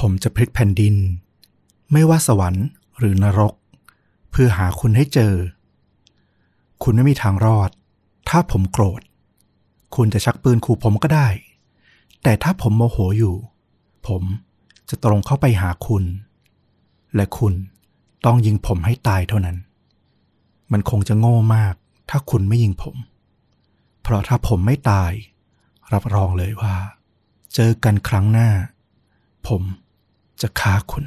ผมจะพลิกแผ่นดินไม่ว่าสวรรค์หรือนรกเพื่อหาคุณให้เจอคุณไม่มีทางรอดถ้าผมโกรธคุณจะชักปืนขู่ผมก็ได้แต่ถ้าผมโมโหอยู่ผมจะตรงเข้าไปหาคุณและคุณต้องยิงผมให้ตายเท่านั้นมันคงจะโง่มากถ้าคุณไม่ยิงผมเพราะถ้าผมไม่ตายรับรองเลยว่าเจอกันครั้งหน้าผมจะฆ่าคุณ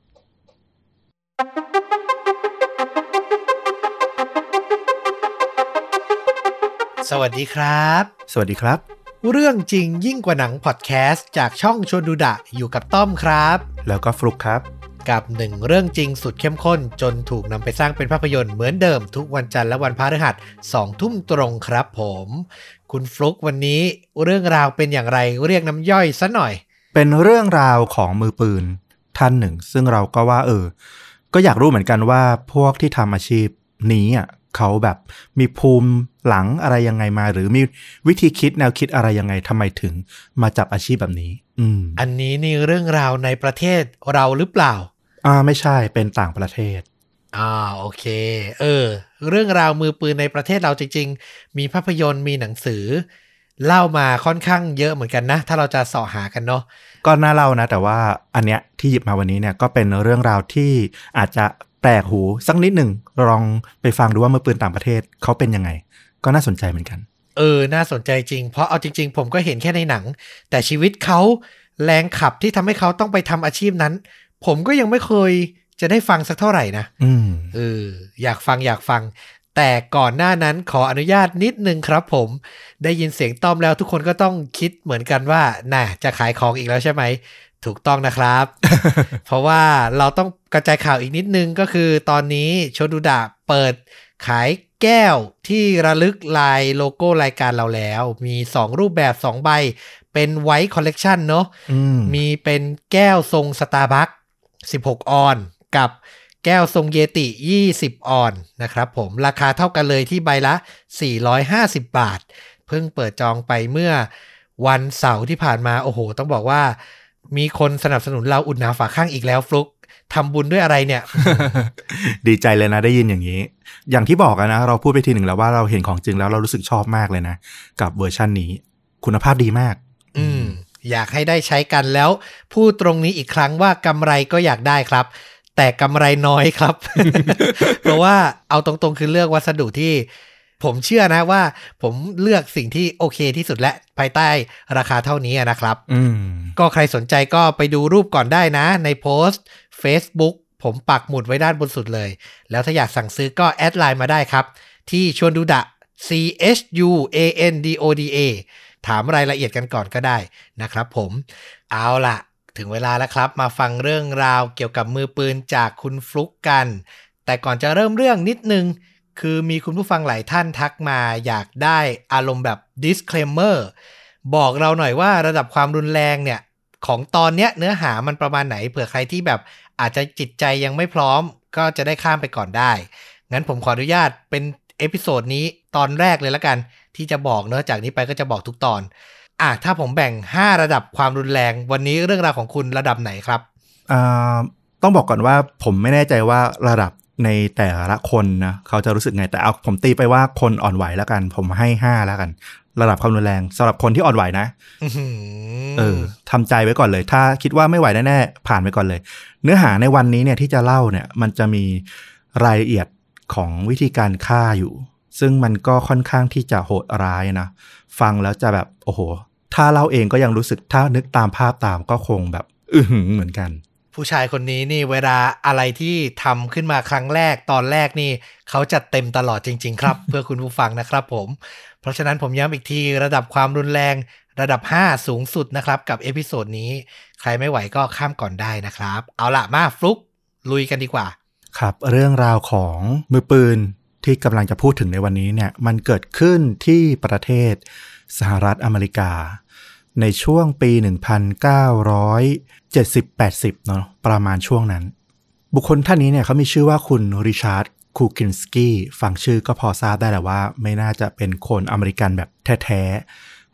สวัสดีครับสวัสดีครับเรื่องจริงยิ่งกว่าหนังพอดแคสต์จากช่องชวนดูดะอยู่กับต้อมครับแล้วก็ฟลุกครับกับ1เรื่องจริงสุดเข้มข้นจนถูกนำไปสร้างเป็นภาพยนตร์เหมือนเดิมทุกวันจันทร์และวันพฤหัส 20:00 นตรงครับผมคุณฟลุกวันนี้เรื่องราวเป็นอย่างไรเรียกน้ำย่อยซะหน่อยเป็นเรื่องราวของมือปืนท่านหนึ่งซึ่งเราก็ว่าก็อยากรู้เหมือนกันว่าพวกที่ทำอาชีพนี้เขาแบบมีภูมิหลังอะไรยังไงมาหรือมีวิธีคิดแนวคิดอะไรยังไงทำไมถึงมาจับอาชีพแบบนี้อันนี้นี่เรื่องราวในประเทศเราหรือเปล่าไม่ใช่เป็นต่างประเทศโอเคเรื่องราวมือปืนในประเทศเราจริงๆมีภาพยนตร์มีหนังสือเล่ามาค่อนข้างเยอะเหมือนกันนะถ้าเราจะเสาะหากันเนาะก็น่าเล่านะแต่ว่าอันเนี้ยที่หยิบมาวันนี้เนี่ยก็เป็นเรื่องราวที่อาจจะแปลกหูสักนิดหนึ่งลองไปฟังดูว่ามือปืนต่างประเทศเขาเป็นยังไงก็น่าสนใจเหมือนกันน่าสนใจจริงเพราะเอาจริงๆผมก็เห็นแค่ในหนังแต่ชีวิตเขาแรงขับที่ทำให้เขาต้องไปทำอาชีพนั้นผมก็ยังไม่เคยจะได้ฟังสักเท่าไหร่นะอยากฟังแต่ก่อนหน้านั้นขออนุญาตนิดนึงครับผมได้ยินเสียงต้อมแล้วทุกคนก็ต้องคิดเหมือนกันว่าน่ะจะขายของอีกแล้วใช่ไหมถูกต้องนะครับ เพราะว่าเราต้องกระจายข่าวอีกนิดนึงก็คือตอนนี้โชดูดะเปิดขายแก้วที่ระลึกลายโลโก้รายการเราแล้วมี2รูปแบบ2ใบเป็นไวท์คอลเลกชันเนาะมีเป็นแก้วทรงสตาร์บัค16ออนกับแก้วทรงเยติ20ออนนะครับผมราคาเท่ากันเลยที่ใบละ450บาทเพิ่งเปิดจองไปเมื่อวันเสาร์ที่ผ่านมาโอ้โหต้องบอกว่ามีคนสนับสนุนเราอุ่นหนาฝาข้างอีกแล้วฟลุกทำบุญด้วยอะไรเนี่ยดีใจเลยนะได้ยินอย่างนี้อย่างที่บอกนะเราพูดไปทีหนึ่งแล้วว่าเราเห็นของจริงแล้วเรารู้สึกชอบมากเลยนะกับเวอร์ชันนี้คุณภาพดีมากอยากให้ได้ใช้กันแล้วพูดตรงนี้อีกครั้งว่ากำไรก็อยากได้ครับแต่กำไรน้อยครับ เพราะว่าเอาตรงๆคือเลือกวัสดุที่ผมเชื่อนะว่าผมเลือกสิ่งที่โอเคที่สุดและภายใต้ราคาเท่านี้นะครับก็ใครสนใจก็ไปดูรูปก่อนได้นะในโพสต์ Facebook ผมปักหมุดไว้ด้านบนสุดเลยแล้วถ้าอยากสั่งซื้อก็แอดไลน์มาได้ครับที่ชวนดูดะ CHUANDODA ถามรายละเอียดกันก่อนก็ได้นะครับผมเอาล่ะถึงเวลาแล้วครับมาฟังเรื่องราวเกี่ยวกับมือปืนจากคุณฟลุกกันแต่ก่อนจะเริ่มเรื่องนิดนึงคือมีคุณผู้ฟังหลายท่านทักมาอยากได้อารมณ์แบบ disclaimer บอกเราหน่อยว่าระดับความรุนแรงเนี่ยของตอนเนี้ยเนื้อหามันประมาณไหนเผื่อใครที่แบบอาจจะจิตใจยังไม่พร้อมก็จะได้ข้ามไปก่อนได้งั้นผมขออนุญาตเป็นเอพิโซดนี้ตอนแรกเลยละกันที่จะบอกเนอะจากนี้ไปก็จะบอกทุกตอนถ้าผมแบ่ง5ระดับความรุนแรงวันนี้เรื่องราวของคุณระดับไหนครับต้องบอกก่อนว่าผมไม่แน่ใจว่าระดับในแต่ละคนนะเขาจะรู้สึกไงแต่เอาผมตีไปว่าคนอ่อนไหวแล้วกันผมให้5แล้วกันระดับความรุนแรงสำหรับคนที่อ่อนไหวนะทำใจไว้ก่อนเลยถ้าคิดว่าไม่ไหวแน่ๆผ่านไปก่อนเลยเนื้อหาในวันนี้เนี่ยที่จะเล่าเนี่ยมันจะมีรายละเอียดของวิธีการฆ่าอยู่ซึ่งมันก็ค่อนข้างที่จะโหดร้ายนะฟังแล้วจะแบบโอ้โหถ้าเล่าเองก็ยังรู้สึกถ้านึกตามภาพตามก็คงแบบเหมือนกันผู้ชายคนนี้นี่เวลาอะไรที่ทำขึ้นมาครั้งแรกตอนแรกนี่เขาจัดเต็มตลอดจริงๆครับ เพื่อคุณผู้ฟังนะครับผมเพราะฉะนั้นผมย้ำอีกทีระดับความรุนแรงระดับ5สูงสุดนะครับกับเอพิโซดนี้ใครไม่ไหวก็ข้ามก่อนได้นะครับเอาล่ะมาฟลุกลุยกันดีกว่าครับเรื่องราวของมือปืนที่กำลังจะพูดถึงในวันนี้เนี่ยมันเกิดขึ้นที่ประเทศสหรัฐอเมริกาในช่วงปี 1970-80 เนาะประมาณช่วงนั้นบุคคลท่านนี้เนี่ยเขามีชื่อว่าคุณริชาร์ดคูคินสกี้ฟังชื่อก็พอทราบได้แหละว่าไม่น่าจะเป็นคนอเมริกันแบบแท้ๆ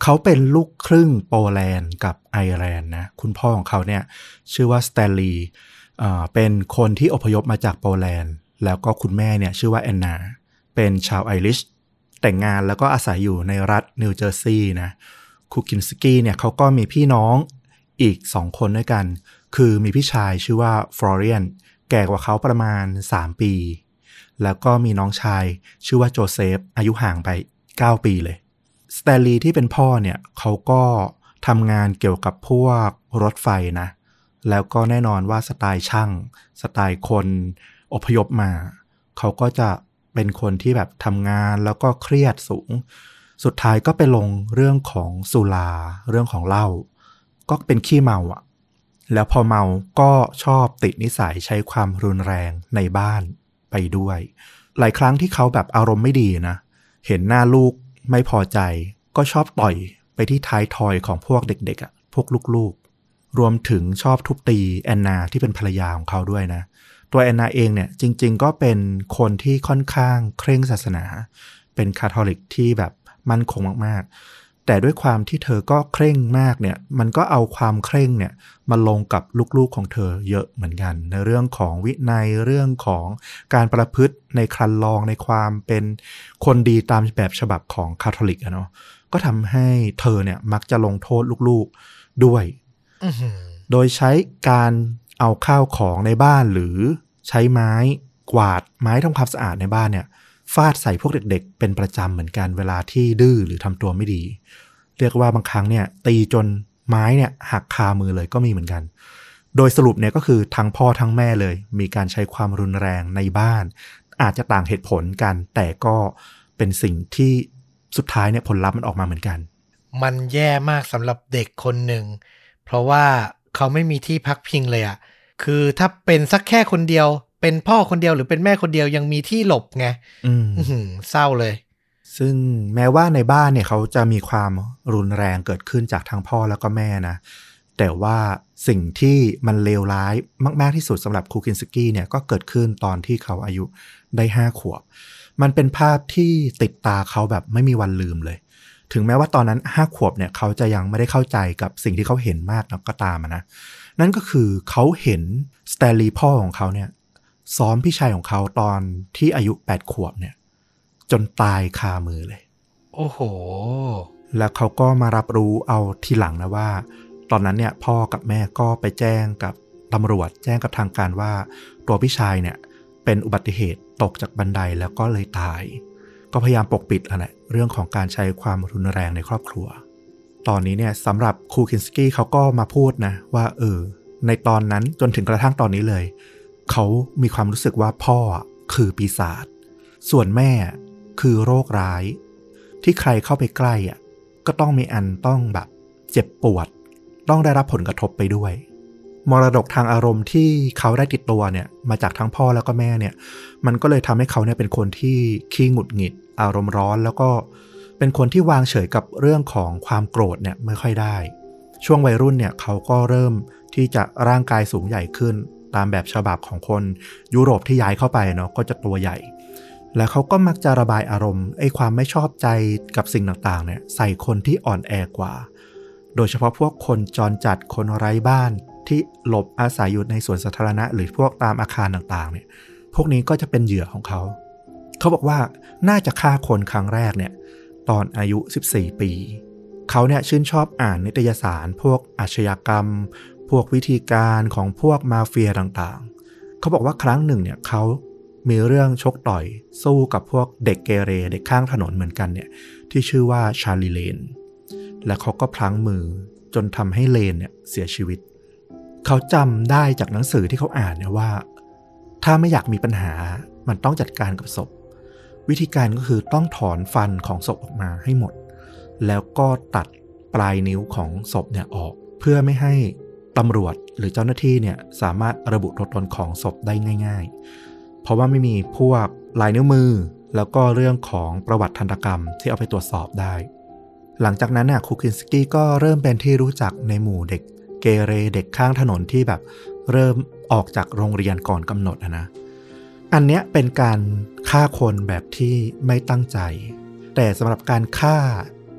เขาเป็นลูกครึ่งโปแลนด์กับไอร์แลนด์นะคุณพ่อของเขาเนี่ยชื่อว่าสแตนลีย์เป็นคนที่อพยพมาจากโปแลนด์แล้วก็คุณแม่เนี่ยชื่อว่าแอนนาเป็นชาวไอริชแต่งงานแล้วก็อาศัยอยู่ในรัฐนิวเจอร์ซีย์นะคูคินสกี้เนี่ยเขาก็มีพี่น้องอีก2คนด้วยกันคือมีพี่ชายชื่อว่าฟลอเรียนแก่กว่าเขาประมาณ3ปีแล้วก็มีน้องชายชื่อว่าโจเซฟอายุห่างไป9ปีเลยสแตนลีย์ที่เป็นพ่อเนี่ยเขาก็ทำงานเกี่ยวกับพวกรถไฟนะแล้วก็แน่นอนว่าสไตล์ช่างสไตล์คนอพยพมาเขาก็จะเป็นคนที่แบบทำงานแล้วก็เครียดสูงสุดท้ายก็ไปลงเรื่องของสุราเรื่องของเหล้าก็เป็นขี้เมาอ่ะแล้วพอเมาก็ชอบติดนิสัยใช้ความรุนแรงในบ้านไปด้วยหลายครั้งที่เขาแบบอารมณ์ไม่ดีนะเห็นหน้าลูกไม่พอใจก็ชอบต่อยไปที่ท้ายทอยของพวกเด็กๆอ่ะพวกลูกๆรวมถึงชอบทุบตีแอนนาที่เป็นภรรยาของเขาด้วยนะตัวแอนนาเองเนี่ยจริงๆก็เป็นคนที่ค่อนข้างเคร่งศาสนาเป็นคาทอลิกที่แบบมั่นคงมากๆแต่ด้วยความที่เธอก็เคร่งมากเนี่ยมันก็เอาความเคร่งเนี่ยมาลงกับลูกๆของเธอเยอะเหมือนกันในเรื่องของวินัยเรื่องของการประพฤติในครันลองในความเป็นคนดีตามแบบฉบับของคาทอลิกอะเนาะก็ทำให้เธอเนี่ยมักจะลงโทษลูกๆด้วยโดยใช้การเอาข้าวของในบ้านหรือใช้ไม้กวาดไม้ทำความสะอาดในบ้านเนี่ยฟาดใส่พวกเด็กๆเป็นประจำเหมือนกันเวลาที่ดื้อหรือทำตัวไม่ดีเรียกว่าบางครั้งเนี่ยตีจนไม้เนี่ยหักคามือเลยก็มีเหมือนกันโดยสรุปเนี่ยก็คือทั้งพ่อทั้งแม่เลยมีการใช้ความรุนแรงในบ้านอาจจะต่างเหตุผลกันแต่ก็เป็นสิ่งที่สุดท้ายเนี่ยผลลัพธ์มันออกมาเหมือนกันมันแย่มากสำหรับเด็กคนหนึ่งเพราะว่าเขาไม่มีที่พักพิงเลยอ่ะคือถ้าเป็นสักแค่คนเดียวเป็นพ่อคนเดียวหรือเป็นแม่คนเดียวยังมีที่หลบไงเศร้าเลยซึ่งแม้ว่าในบ้านเนี่ยเขาจะมีความรุนแรงเกิดขึ้นจากทั้งพ่อแล้วก็แม่นะแต่ว่าสิ่งที่มันเลวร้ายมากๆที่สุดสำหรับคูคินสกี้เนี่ยก็เกิดขึ้นตอนที่เขาอายุได้5 ขวบมันเป็นภาพที่ติดตาเขาแบบไม่มีวันลืมเลยถึงแม้ว่าตอนนั้น5 ขวบเนี่ยเขาจะยังไม่ได้เข้าใจกับสิ่งที่เขาเห็นมากนักก็ตามนะนั่นก็คือเขาเห็นสแตนลีย์พ่อของเขาเนี่ยซ้อมพี่ชายของเขาตอนที่อายุ8 ขวบเนี่ยจนตายคามือเลยโอ้โหแล้วเขาก็มารับรู้เอาทีหลังนะว่าตอนนั้นเนี่ยพ่อกับแม่ก็ไปแจ้งกับตำรวจแจ้งกับทางการว่าตัวพี่ชายเนี่ยเป็นอุบัติเหตุตกจากบันไดแล้วก็เลยตายก็พยายามปกปิดอะไรเรื่องของการใช้ความรุนแรงในครอบครัวตอนนี้เนี่ยสำหรับคูคินสกี้เขาก็มาพูดนะว่าในตอนนั้นจนถึงกระทั่งตอนนี้เลยเขามีความรู้สึกว่าพ่อคือปีศาจส่วนแม่คือโรคร้ายที่ใครเข้าไปใกล้ก็ต้องมีอันต้องแบบเจ็บปวดต้องได้รับผลกระทบไปด้วยมรดกทางอารมณ์ที่เขาได้ติดตัวเนี่ยมาจากทั้งพ่อแล้วก็แม่เนี่ยมันก็เลยทำให้เขาเนี่ยเป็นคนที่ขี้หงุดหงิดอารมณ์ร้อนแล้วก็เป็นคนที่วางเฉยกับเรื่องของความโกรธเนี่ยไม่ค่อยได้ช่วงวัยรุ่นเนี่ยเขาก็เริ่มที่จะร่างกายสูงใหญ่ขึ้นตามแบบฉบับของคนยุโรปที่ย้ายเข้าไปเนาะก็จะตัวใหญ่แล้วเขาก็มักจะระบายอารมณ์ความไม่ชอบใจกับสิ่งต่างๆเนี่ยใส่คนที่อ่อนแอกว่าโดยเฉพาะพวกคนจรจัดคนไร้บ้านที่หลบอาศัยอยู่ในสวนสาธารณะหรือพวกตามอาคารต่างๆเนี่ยพวกนี้ก็จะเป็นเหยื่อของเขาบอกว่าน่าจะฆ่าคนครั้งแรกเนี่ยตอนอายุ14 ปีเขาเนี่ยชื่นชอบอ่านนิตยสารพวกอาชญากรรมพวกวิธีการของพวกมาเฟียต่างๆเขาบอกว่าครั้งหนึ่งเนี่ยเขามีเรื่องชกต่อยสู้กับพวกเด็กเกเรเด็กข้างถนนเหมือนกันเนี่ยที่ชื่อว่าชาลีเลนและเขาก็พลั้งมือจนทำให้เลนเนี่ยเสียชีวิตเขาจำได้จากหนังสือที่เขาอ่านเนี่ยว่าถ้าไม่อยากมีปัญหามันต้องจัดการกับศพวิธีการก็คือต้องถอนฟันของศพออกมาให้หมดแล้วก็ตัดปลายนิ้วของศพเนี่ยออกเพื่อไม่ให้ตำรวจหรือเจ้าหน้าที่เนี่ยสามารถระบุตัวตนของศพได้ง่ายๆเพราะว่าไม่มีพวกลายนิ้วมือแล้วก็เรื่องของประวัติทันตกรรมที่เอาไปตรวจสอบได้หลังจากนั้นน่ะคูคินสกี้ก็เริ่มเป็นที่รู้จักในหมู่เด็กเกเรเด็กข้างถนนที่แบบเริ่มออกจากโรงเรียนก่อนกำหนดนะอันเนี้ยเป็นการฆ่าคนแบบที่ไม่ตั้งใจแต่สำหรับการฆ่า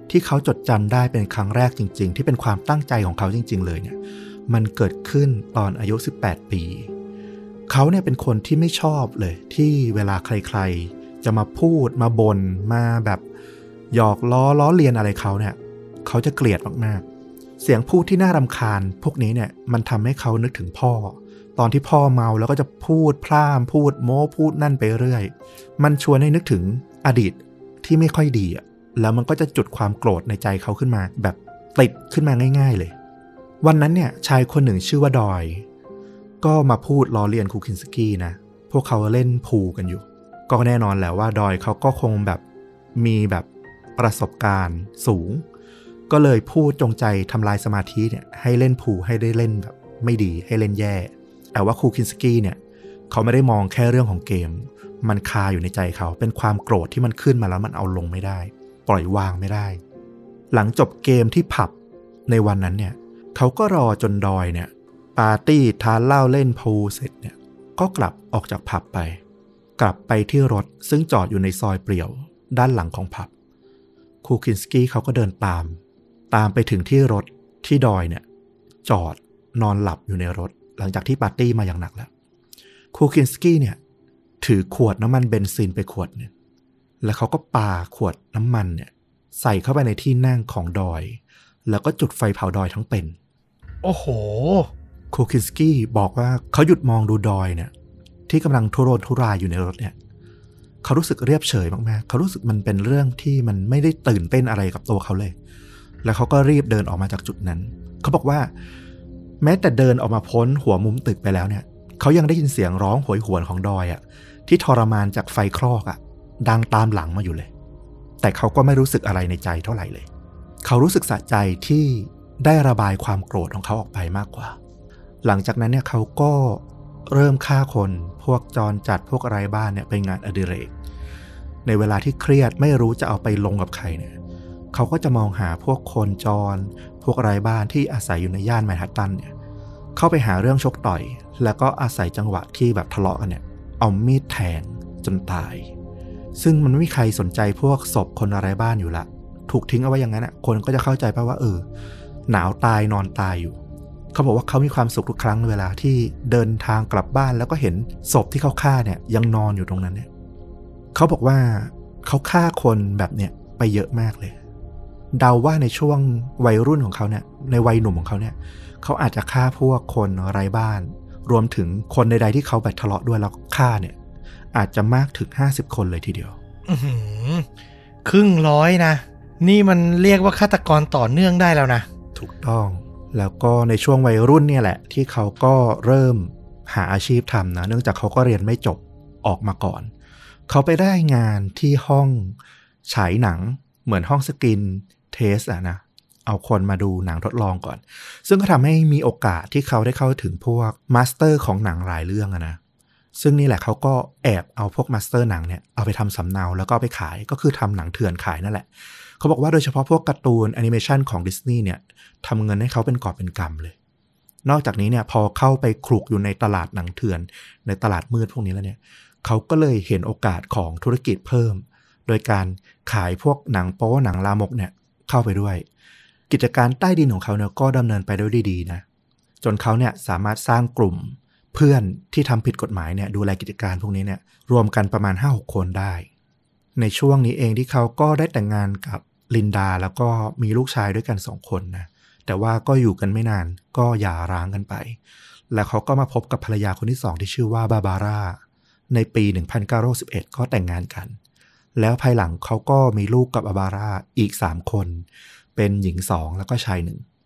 ที่เขาจดจำได้เป็นครั้งแรกจริงๆที่เป็นความตั้งใจของเขาจริงๆเลยเนี่ยมันเกิดขึ้นตอนอายุ18ปีเขาเนี่ยเป็นคนที่ไม่ชอบเลยที่เวลาใครๆจะมาพูดมาบ่นมาแบบหยอกล้อเลียนอะไรเขาเนี่ยเขาจะเกลียดมากๆเสียงพูดที่น่ารำคาญพวกนี้เนี่ยมันทำให้เขานึกถึงพ่อตอนที่พ่อเมาแล้วก็จะพูดพร่ำพูดโม้พูดนั่นไปเรื่อยมันชวนให้นึกถึงอดีตที่ไม่ค่อยดีอะแล้วมันก็จะจุดความโกรธในใจเขาขึ้นมาแบบติดขึ้นมาง่ายๆเลยวันนั้นเนี่ยชายคนหนึ่งชื่อว่าดอยก็มาพูดล้อเลียนคูคินสกี้นะพวกเขาเล่นพูลกันอยู่ก็แน่นอนแหละว่าดอยเขาก็คงแบบมีแบบประสบการณ์สูงก็เลยพูดจงใจทำลายสมาธิเนี่ยให้เล่นพูลให้ได้เล่นแบบไม่ดีให้เล่นแย่แต่ว่าคูคินสกี้เนี่ยเขาไม่ได้มองแค่เรื่องของเกมมันคาอยู่ในใจเขาเป็นความโกรธที่มันขึ้นมาแล้วมันเอาลงไม่ได้ปล่อยวางไม่ได้หลังจบเกมที่ผับในวันนั้นเนี่ยเขาก็รอจนดอยเนี่ยปาร์ตี้ทานเหล้าเล่นพูลเสร็จเนี่ยก็กลับออกจากผับไปกลับไปที่รถซึ่งจอดอยู่ในซอยเปลี่ยวด้านหลังของผับคูคินสกี้เขาก็เดินตามไปถึงที่รถที่ดอยเนี่ยจอดนอนหลับอยู่ในรถหลังจากที่ปาร์ตี้มาอย่างหนักแล้วคูคินสกี้เนี่ยถือขวดน้ำมันเบนซินไปขวดนึงแล้วเขาก็ปาขวดน้ำมันเนี่ยใส่เข้าไปในที่นั่งของดอยแล้วก็จุดไฟเผาดอยทั้งเป็นโอ้โหคูคินสกี้บอกว่าเขาหยุดมองดูดอยเนี่ยที่กำลังทุรนทุรายอยู่ในรถเนี่ยเขารู้สึกเรียบเฉยมากๆเขารู้สึกมันเป็นเรื่องที่มันไม่ได้ตื่นเต้นอะไรกับตัวเขาเลยแล้วเขาก็รีบเดินออกมาจากจุดนั้นเขาบอกว่าแม้แต่เดินออกมาพ้นหัวมุมตึกไปแล้วเนี่ยเขายังได้ยินเสียงร้องโหยหวนของดอยอ่ะที่ทรมานจากไฟคลอกอ่ะดังตามหลังมาอยู่เลยแต่เขาก็ไม่รู้สึกอะไรในใจเท่าไหร่เลยเขารู้สึกสะใจที่ได้ระบายความโกรธของเขาออกไปมากกว่าหลังจากนั้นเนี่ยเขาก็เริ่มฆ่าคนพวกจรจัดพวกไร้บ้านเนี่ยเป็นงานอดิเรกในเวลาที่เครียดไม่รู้จะเอาไปลงกับใครเนี่ยเขาก็จะมองหาพวกคนจรพวกไร้บ้านที่อาศัยอยู่ในย่านแมนฮัตตันเนี่ยเข้าไปหาเรื่องชกต่อยแล้วก็อาศัยจังหวะที่แบบทะเลาะกันเนี่ยเอามีดแทงจนตายซึ่งมันไม่มีใครสนใจพวกศพคนไร้บ้านอยู่ละถูกทิ้งเอาไว้อย่างนั้นอ่ะคนก็จะเข้าใจป่ะว่าหนาวตายนอนตายอยู่เขาบอกว่าเขามีความสุขทุกครั้งเวลาที่เดินทางกลับบ้านแล้วก็เห็นศพที่เขาฆ่าเนี่ยยังนอนอยู่ตรงนั้นเนี่ยเขาบอกว่าเขาฆ่าคนแบบเนี้ยไปเยอะมากเลยเดาว่าในช่วงวัยรุ่นของเขาเนี่ยในวัยหนุ่มของเขาเนี่ยเขาอาจจะฆ่าพวกคนไร้บ้านรวมถึงคนใดๆที่เขาแบบทะเลาะด้วยแล้วฆ่าเนี่ยอาจจะมากถึง50คนเลยทีเดียวครึ่งร้อยนะนี่มันเรียกว่าฆาตกรต่อเนื่องได้แล้วนะถูกต้องแล้วก็ในช่วงวัยรุ่นเนี่ยแหละที่เขาก็เริ่มหาอาชีพทำนะเนื่องจากเขาก็เรียนไม่จบออกมาก่อนเขาไปได้งานที่ห้องฉายหนังเหมือนห้องสกรีนเทสนะเอาคนมาดูหนังทดลองก่อนซึ่งก็ทำให้มีโอกาสที่เขาได้เข้าถึงพวกมาสเตอร์ของหนังหลายเรื่องนะซึ่งนี่แหละเขาก็แอบเอาพวกมาสเตอร์หนังเนี่ยเอาไปทำสำเนาแล้วก็เอาไปขายก็คือทำหนังเถื่อนขายนั่นแหละเขาบอกว่าโดยเฉพาะพวกการ์ตูนแอนิเมชันของดิสนีย์เนี่ยทำเงินให้เขาเป็นกอบเป็นกำเลยนอกจากนี้เนี่ยพอเข้าไปคลุกอยู่ในตลาดหนังเถื่อนในตลาดมืดพวกนี้แล้วเนี่ยเขาก็เลยเห็นโอกาสของธุรกิจเพิ่มโดยการขายพวกหนังโป๊หนังลามกเนี่ยเข้าไปด้วยกิจการใต้ดินของเขาเนี่ยก็ดำเนินไปได้ดีนะจนเขาเนี่ยสามารถสร้างกลุ่มเพื่อนที่ทำผิดกฎหมายเนี่ยดูแลกิจการพวกนี้เนี่ยรวมกันประมาณ 5-6 คนได้ในช่วงนี้เองที่เขาก็ได้แต่งงานกับลินดาแล้วก็มีลูกชายด้วยกัน2 คนนะแต่ว่าก็อยู่กันไม่นานก็หย่าร้างกันไปแล้วเขาก็มาพบกับภรรยาคนที่2ที่ชื่อว่าบาบาร่าในปี 1911 ก็แต่งงานกันแล้วภายหลังเขาก็มีลูกกับบาบาร่าอีก3 คนเป็นหญิง2แล้วก็ชาย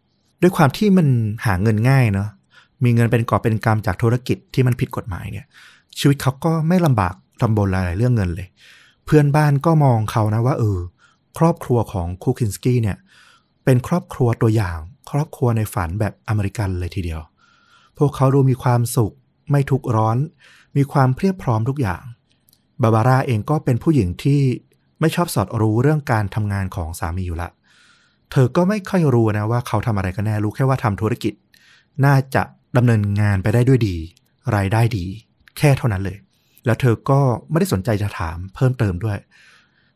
1ด้วยความที่มันหาเงินง่ายเนาะมีเงินเป็นกอบเป็นกำจากธุรกิจที่มันผิดกฎหมายเนี่ยชีวิตเขาก็ไม่ลำบากลำบนอะไรเรื่องเงินเลยเพื่อนบ้านก็มองเขานะว่าครอบครัวของคูคินสกี้เนี่ยเป็นครอบครัวตัวอย่างครอบครัวในฝันแบบอเมริกันเลยทีเดียวพวกเขาดูมีความสุขไม่ทุกข์ร้อนมีความเพียบพร้อมทุกอย่างบาบาร่าเองก็เป็นผู้หญิงที่ไม่ชอบสอดรู้เรื่องการทำงานของสามีอยู่ละเธอก็ไม่ค่อยรู้นะว่าเขาทำอะไรกันแน่รู้แค่ว่าทำธุรกิจน่าจะดำเนินงานไปได้ด้วยดีรายได้ดีแค่เท่านั้นเลยแล้วเธอก็ไม่ได้สนใจจะถามเพิ่มเติมด้วย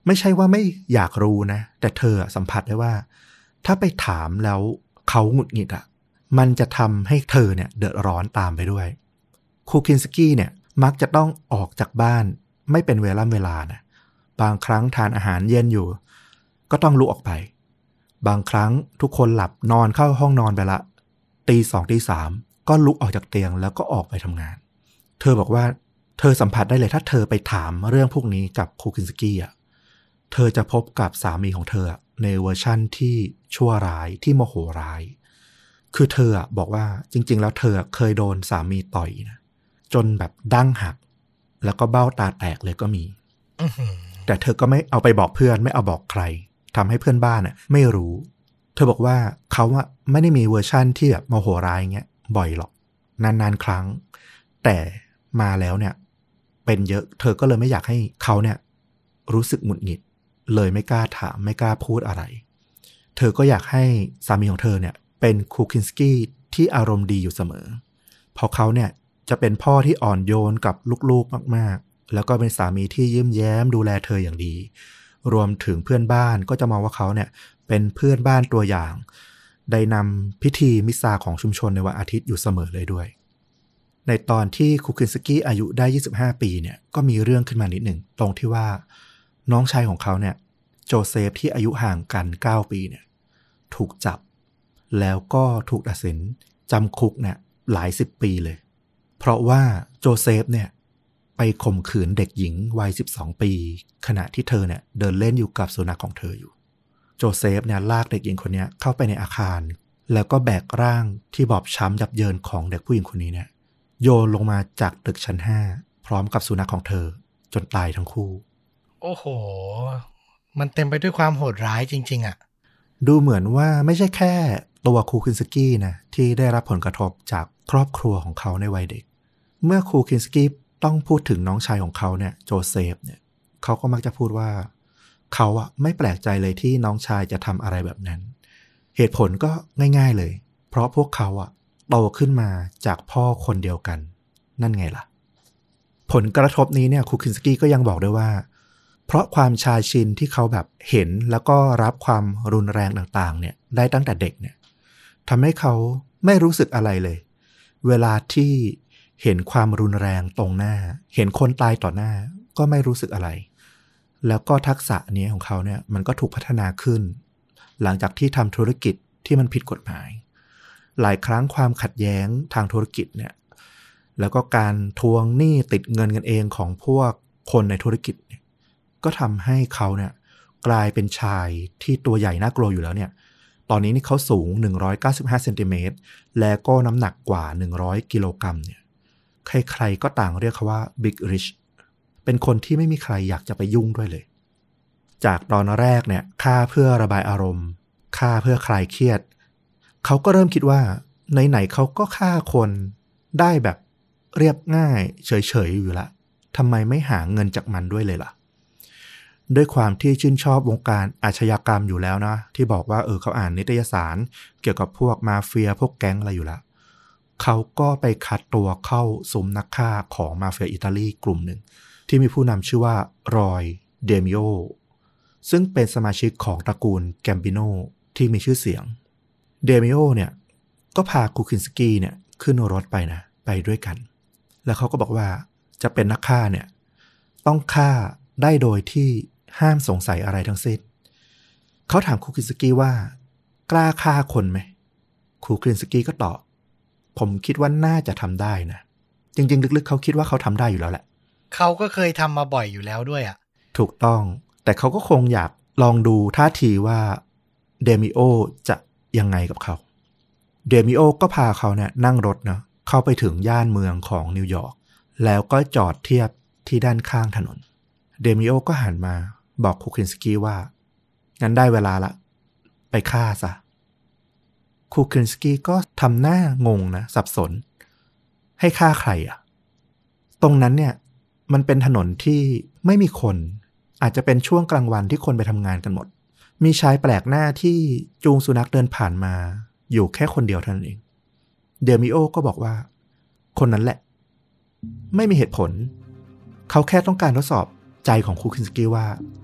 ไม่ใช่ว่าไม่อยากรู้นะแต่เธอสัมผัสได้ว่าถ้าไปถามแล้วเขาหงุดหงิดมันจะทำให้เธอเนี่ยเดือดร้อนตามไปด้วยคูคินสกี้เนี่ยมักจะต้องออกจากบ้านไม่เป็นเวลานะบางครั้งทานอาหารเย็นอยู่ก็ต้องลุกออกไปบางครั้งทุกคนหลับนอนเข้าห้องนอนไปละตี 2 ตี 3ก็ลุกออกจากเตียงแล้วก็ออกไปทำงานเธอบอกว่าเธอสัมผัสได้เลยถ้าเธอไปถามเรื่องพวกนี้กับคูคินสกี้เธอจะพบกับสามีของเธอในเวอร์ชั่นที่ชั่วร้ายที่โมโหร้ายคือเธอบอกว่าจริงๆแล้วเธอเคยโดนสามีต่อยนะจนแบบดั้งหักแล้วก็เบ้าตาแตกเลยก็มีแต่เธอก็ไม่เอาไปบอกเพื่อนไม่เอาบอกใครทำให้เพื่อนบ้านไม่รู้เธอบอกว่าเขาไม่ได้มีเวอร์ชั่นที่แบบโมโหร้ายเงี้ยบ่อยหรอกนานๆครั้งแต่มาแล้วเนี่ยเป็นเยอะเธอก็เลยไม่อยากให้เขาเนี่ยรู้สึกหงุดหงิดเลยไม่กล้าถามไม่กล้าพูดอะไรเธอก็อยากให้สามีของเธอเนี่ยเป็นคูคินสกี้ที่อารมณ์ดีอยู่เสมอเพราะเขาเนี่ยจะเป็นพ่อที่อ่อนโยนกับลูกๆมากๆแล้วก็เป็นสามีที่ยิ้มแย้มดูแลเธออย่างดีรวมถึงเพื่อนบ้านก็จะมองว่าเขาเนี่ยเป็นเพื่อนบ้านตัวอย่างได้นำพิธีมิสซาของชุมชนในวันอาทิตย์อยู่เสมอเลยด้วยในตอนที่คูคินสกี้อายุได้25 ปีเนี่ยก็มีเรื่องขึ้นมานิดหนึ่งตรงที่ว่าน้องชายของเขาเนี่ยโจเซฟที่อายุห่างกัน9 ปีเนี่ยถูกจับแล้วก็ถูกตัดสินจำคุกเนี่ยหลาย10 ปีเลยเพราะว่าโจเซฟเนี่ยไปข่มขืนเด็กหญิงวัย12 ปีขณะที่เธอเนี่ยเดินเล่นอยู่กับสุนัขของเธออยู่โจเซฟเนี่ยลากเด็กหญิงคนนี้เข้าไปในอาคารแล้วก็แบกร่างที่บอบช้ำยับเยินของเด็กผู้หญิงคนนี้เนี่ยโยนลงมาจากตึกชั้น5พร้อมกับสุนัขของเธอจนตายทั้งคู่โอ้โหมันเต็มไปด้วยความโหดร้ายจริงๆดูเหมือนว่าไม่ใช่แค่ตัวคูคินสกี้นะที่ได้รับผลกระทบจากครอบครัวของเขาในวัยเด็กเมื่อคูคินสกี้ต้องพูดถึงน้องชายของเขาเนี่ยโจเซฟเนี่ยเขาก็มักจะพูดว่าเขาไม่แปลกใจเลยที่น้องชายจะทำอะไรแบบนั้นเหตุผลก็ง่ายๆเลยเพราะพวกเขาโตขึ้นมาจากพ่อคนเดียวกันนั่นไงล่ะผลกระทบนี้เนี่ยคูคินสกี้ก็ยังบอกด้วยว่าเพราะความชาชินที่เขาแบบเห็นแล้วก็รับความรุนแรงต่างๆเนี่ยได้ตั้งแต่เด็กเนี่ยทำให้เขาไม่รู้สึกอะไรเลยเวลาที่เห็นความรุนแรงตรงหน้าเห็นคนตายต่อหน้าก็ไม่รู้สึกอะไรแล้วก็ทักษะนี้ของเขาเนี่ยมันก็ถูกพัฒนาขึ้นหลังจากที่ทำธุรกิจที่มันผิดกฎหมายหลายครั้งความขัดแย้งทางธุรกิจเนี่ยแล้วก็การทวงหนี้ติดเงินกันเองของพวกคนในธุรกิจเนี่ยก็ทำให้เขาเนี่ยกลายเป็นชายที่ตัวใหญ่น่ากลัวอยู่แล้วเนี่ยตอนนี้นี่เขาสูง195 เซนติเมตรและก็น้ำหนักกว่า100 กิโลกรัมเนี่ยใครๆก็ต่างเรียกเขาว่า Big Rich เป็นคนที่ไม่มีใครอยากจะไปยุ่งด้วยเลยจากตอนแรกเนี่ยฆ่าเพื่อระบายอารมณ์ฆ่าเพื่อคลายเครียดเขาก็เริ่มคิดว่าไหนๆเขาก็ฆ่าคนได้แบบเรียบง่ายเฉยๆอยู่ละทำไมไม่หาเงินจากมันด้วยเลยล่ะด้วยความที่ชื่นชอบวงการอาชญากรรมอยู่แล้วนะที่บอกว่าเขาอ่านนิตยสารเกี่ยวกับพวกมาเฟียพวกแก๊งอะไรอยู่แล้วเขาก็ไปคัดตัวเข้าซุ้มนักฆ่าของมาเฟียอิตาลีกลุ่มหนึ่งที่มีผู้นำชื่อว่ารอยเดมิโอซึ่งเป็นสมาชิกของตระกูลแกมบิโนที่มีชื่อเสียงเดมิโอเนี่ยก็พาคูคินสกี้เนี่ยขึ้นรถไปด้วยกันแล้วเขาก็บอกว่าจะเป็นนักฆ่าเนี่ยต้องฆ่าได้โดยที่ห้ามสงสัยอะไรทั้งสิ้นเขาถามคูคินสกี้ว่ากล้าฆ่าคนไหมคูคินสกี้ก็ตอบผมคิดว่าน่าจะทำได้นะจริงๆลึกๆเขาคิดว่าเขาทำได้อยู่แล้วแหละเขาก็เคยทำมาบ่อยอยู่แล้วด้วยถูกต้องแต่เขาก็คงอยากลองดูท่าทีว่าเดมิโอจะยังไงกับเขาเดมิโอก็พาเขาเนี่ยนั่งรถเนาะเข้าไปถึงย่านเมืองของนิวยอร์กแล้วก็จอดเทียบที่ด้านข้างถนนเดมิโอก็หันมาบอกคูคินสกี้ว่างั้นได้เวลาละไปฆ่าซะคูคินสกี้ก็ทำหน้างงนะสับสนให้ฆ่าใครตรงนั้นเนี่ยมันเป็นถนนที่ไม่มีคนอาจจะเป็นช่วงกลางวันที่คนไปทำงานกันหมดมีชายแปลกหน้าที่จูงสุนัขเดินผ่านมาอยู่แค่คนเดียวเท่านั้นเองเดมิโอก็บอกว่าคนนั้นแหละไม่มีเหตุผลเขาแค่ต้องการทดสอบใจของคูคินสกี้ว่า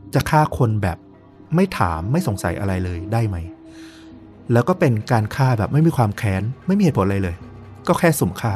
จะฆ่าคนแบบไม่ถามไม่สงสัยอะไรเลยได้ไหมแล้วก็เป็นการฆ่าแบบไม่มีความแค้นไม่มีเหตุผลอะไรเลยก็แค่สุ่มฆ่า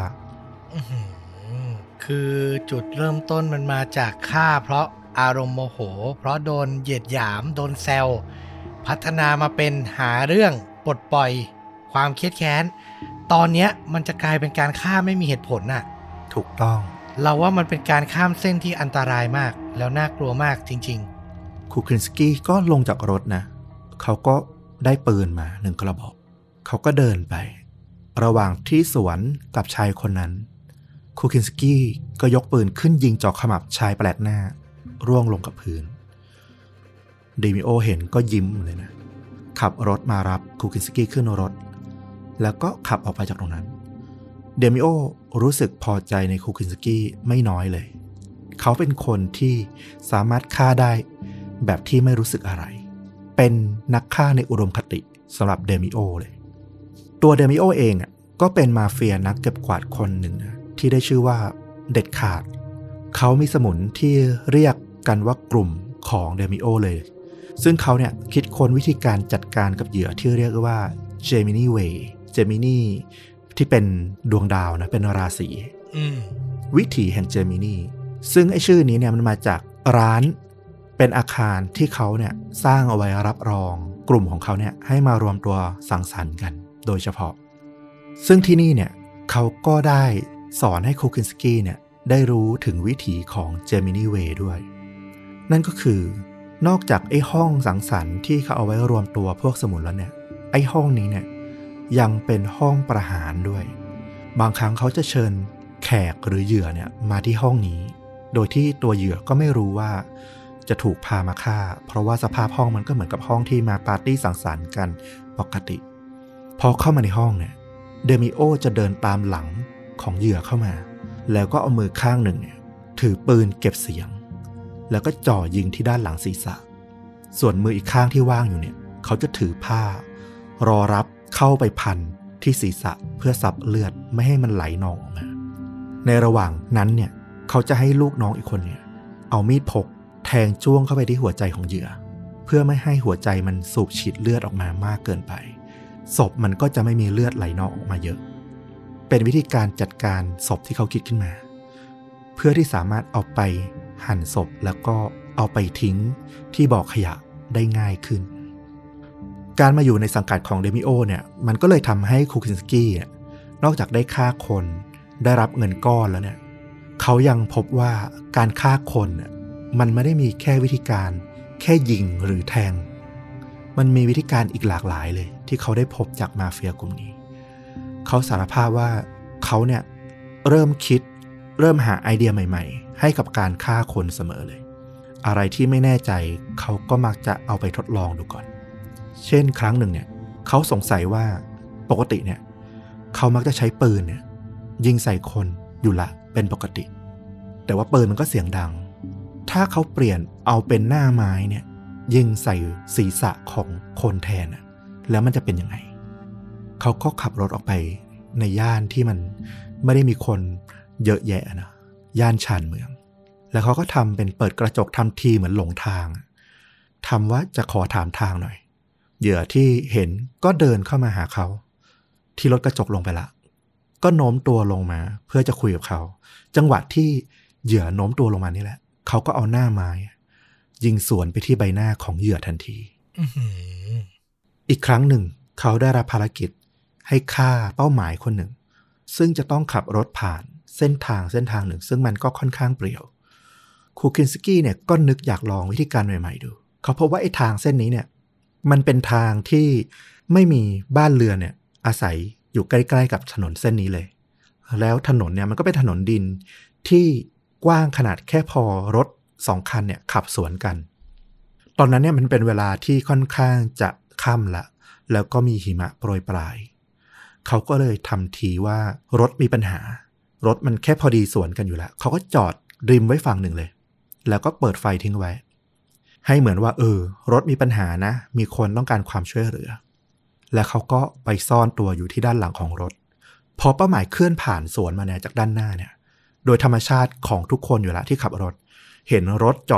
คือจุดเริ่มต้นมันมาจากฆ่าเพราะอารมณ์โมโหเพราะโดนเหยียดหยามโดนแซวพัฒนามาเป็นหาเรื่องปลดปล่อยความเครียดแค้นตอนเนี้ยมันจะกลายเป็นการฆ่าไม่มีเหตุผลน่ะถูกต้องเราว่ามันเป็นการข้ามเส้นที่อันตรายมากแล้วน่ากลัวมากจริงๆคูครินสกี้ก็ลงจากรถนะเขาก็ได้ปืนมา1 กระบอกเขาก็เดินไประหว่างที่สวนกับชายคนนั้นคูคินสกี้ก็ยกปืนขึ้นยิงจ่อขมับชายแปลกหน้าร่วงลงกับพื้นเดมิโอเห็นก็ยิ้มเลยนะขับรถมารับคูคินสกี้ขึ้นรถแล้วก็ขับออกไปจากตรงนั้นเดมิโอรู้สึกพอใจในคูคินสกี้ไม่น้อยเลยเขาเป็นคนที่สามารถฆ่าได้แบบที่ไม่รู้สึกอะไรเป็นนักฆ่าในอุดมคติสำหรับเดมิโอเลยตัวเดมิโอเองก็เป็นมาเฟียนักเก็บกวาดคนหนึ่งที่ได้ชื่อว่าเด็ดขาดเขามีสมุนที่เรียกกันว่ากลุ่มของเดมิโอเลยซึ่งเขาเนี่ยคิดค้นวิธีการจัดการกับเหยื่อที่เรียกว่าเจมินีเวย์เจมินีที่เป็นดวงดาวนะเป็นราศีวิถีแห่งเจมินีซึ่งไอ้ชื่อนี้เนี่ยมันมาจากร้านเป็นอาคารที่เขาเนี่ยสร้างเอาไว้รับรองกลุ่มของเขาเนี่ยให้มารวมตัวสังสรรค์กันโดยเฉพาะซึ่งที่นี่เนี่ยเขาก็ได้สอนให้คูคินสกี้เนี่ยได้รู้ถึงวิถีของเจมินีเวย์ด้วยนั่นก็คือนอกจากไอ้ห้องสังสรรค์ที่เขาเอาไว้รวมตัวพวกสมุนแล้วเนี่ยไอ้ห้องนี้เนี่ยยังเป็นห้องประหารด้วยบางครั้งเขาจะเชิญแขกหรือเหยื่อเนี่ยมาที่ห้องนี้โดยที่ตัวเหยื่อก็ไม่รู้ว่าจะถูกพามาฆ่าเพราะว่าสภาพห้องมันก็เหมือนกับห้องที่มาปาร์ตี้สังสรรค์กันปกติพอเข้ามาในห้องเนี่ยเดมิโอจะเดินตามหลังของเหยื่อเข้ามาแล้วก็เอามือข้างหนึ่งเนี่ยถือปืนเก็บเสียงแล้วก็จ่อยิงที่ด้านหลังศีรษะส่วนมืออีกข้างที่ว่างอยู่เนี่ยเขาจะถือผ้ารอรับเข้าไปพันที่ศีรษะเพื่อซับเลือดไม่ให้มันไหลนองออกมาในระหว่างนั้นเนี่ยเขาจะให้ลูกน้องอีกคนเนี่ยเอามีดพกแทงจ้วงเข้าไปที่หัวใจของเหยื่อเพื่อไม่ให้หัวใจมันสูบฉีดเลือดออกมามากเกินไปศพมันก็จะไม่มีเลือดไหลนองออกมาเยอะเป็นวิธีการจัดการศพที่เขาคิดขึ้นมาเพื่อที่สามารถเอาไปหั่นศพแล้วก็เอาไปทิ้งที่บ่อขยะได้ง่ายขึ้นการมาอยู่ในสังกัดของเดมิโอเนี่ยมันก็เลยทำให้คูคินสกี้นอกจากได้ฆ่าคนได้รับเงินก้อนแล้วเนี่ยเขายังพบว่าการฆ่าคนมันไม่ได้มีแค่วิธีการแค่ยิงหรือแทงมันมีวิธีการอีกหลากหลายเลยที่เขาได้พบจากมาเฟียกลุ่มนี้เขาสารภาพว่าเขาเนี่ยเริ่มหาไอเดียใหม่ๆให้กับการฆ่าคนเสมอเลยอะไรที่ไม่แน่ใจเขาก็มักจะเอาไปทดลองดูก่อนเช่นครั้งหนึ่งเนี่ยเขาสงสัยว่าปกติเนี่ยเขามักจะใช้ปืนเนี่ยยิงใส่คนอยู่ละเป็นปกติแต่ว่าปืนมันก็เสียงดังถ้าเขาเปลี่ยนเอาเป็นหน้าไม้เนี่ยยิงใส่ศีรษะของคนแทนแล้วมันจะเป็นยังไงเขาก็ขับรถออกไปในย่านที่มันไม่ได้มีคนเยอะแยะนะย่านชานเมืองแล้วเขาก็ทำเป็นเปิดกระจกทำทีเหมือนหลงทางทำว่าจะขอถามทางหน่อยเหยื่อที่เห็นก็เดินเข้ามาหาเขาที่รถกระจกลงไปละก็โน้มตัวลงมาเพื่อจะคุยกับเขาจังหวะที่เหยื่อโน้มตัวลงมานี่แหละเขาก็เอาหน้าไม้ยิงสวนไปที่ใบหน้าของเหยื่อทันทีอีกครั้งหนึ่งเขาได้รับภารกิจให้ฆ่าเป้าหมายคนหนึ่งซึ่งจะต้องขับรถผ่านเส้นทางหนึ่งซึ่งมันก็ค่อนข้างเปลี่ยวคูคินสกี้เนี่ยก็นึกอยากลองวิธีการใหม่ๆดูเขาพบว่าไอ้ทางเส้นนี้เนี่ยมันเป็นทางที่ไม่มีบ้านเรือนเนี่ยอาศัยอยู่ใกล้ๆกับถนนเส้นนี้เลยแล้วถนนเนี่ยมันก็เป็นถนนดินที่กว้างขนาดแค่พอรถ2 คันเนี่ยขับสวนกันตอนนั้นเนี่ยมันเป็นเวลาที่ค่อนข้างจะค่ำละแล้วก็มีหิมะโปรยปลายเขาก็เลยทำทีว่ารถมีปัญหารถมันแค่พอดีสวนกันอยู่แล้วเขาก็จอดริมไว้ฝั่งหนึ่งเลยแล้วก็เปิดไฟทิ้งไว้ให้เหมือนว่ารถมีปัญหานะมีคนต้องการความช่วยเหลือและเขาก็ไปซ่อนตัวอยู่ที่ด้านหลังของรถพอเป้าหมายเคลื่อนผ่านสวนมาเนี่ยจากด้านหน้าเนี่ยโดยธรรมชาติของทุกคนอยู่แล้วที่ขับรถเห็นรถจอด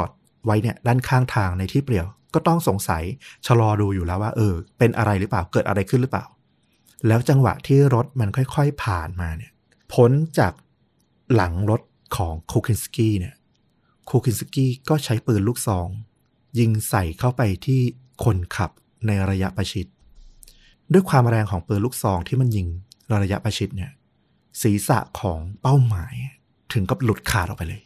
ไว้เนี่ยด้านข้างทางในที่เปลี่ยวก็ต้องสงสัยชะลอดูอยู่แล้วว่าเป็นอะไรหรือเปล่าเกิดอะไรขึ้นหรือเปล่าแล้วจังหวะที่รถมันค่อยๆผ่านมาเนี่ยพ้นจากหลังรถของคูคินสกี้เนี่ยคูคินสกี้ก็ใช้ปืนลูกซองยิงใส่เข้าไปที่คนขับในระยะประชิดด้วยความแรงของปืนลูกซองที่มันยิงระยะประชิดเนี่ยศีรษะของเป้าหมายถึงกับหลุดขาดออกไปเลย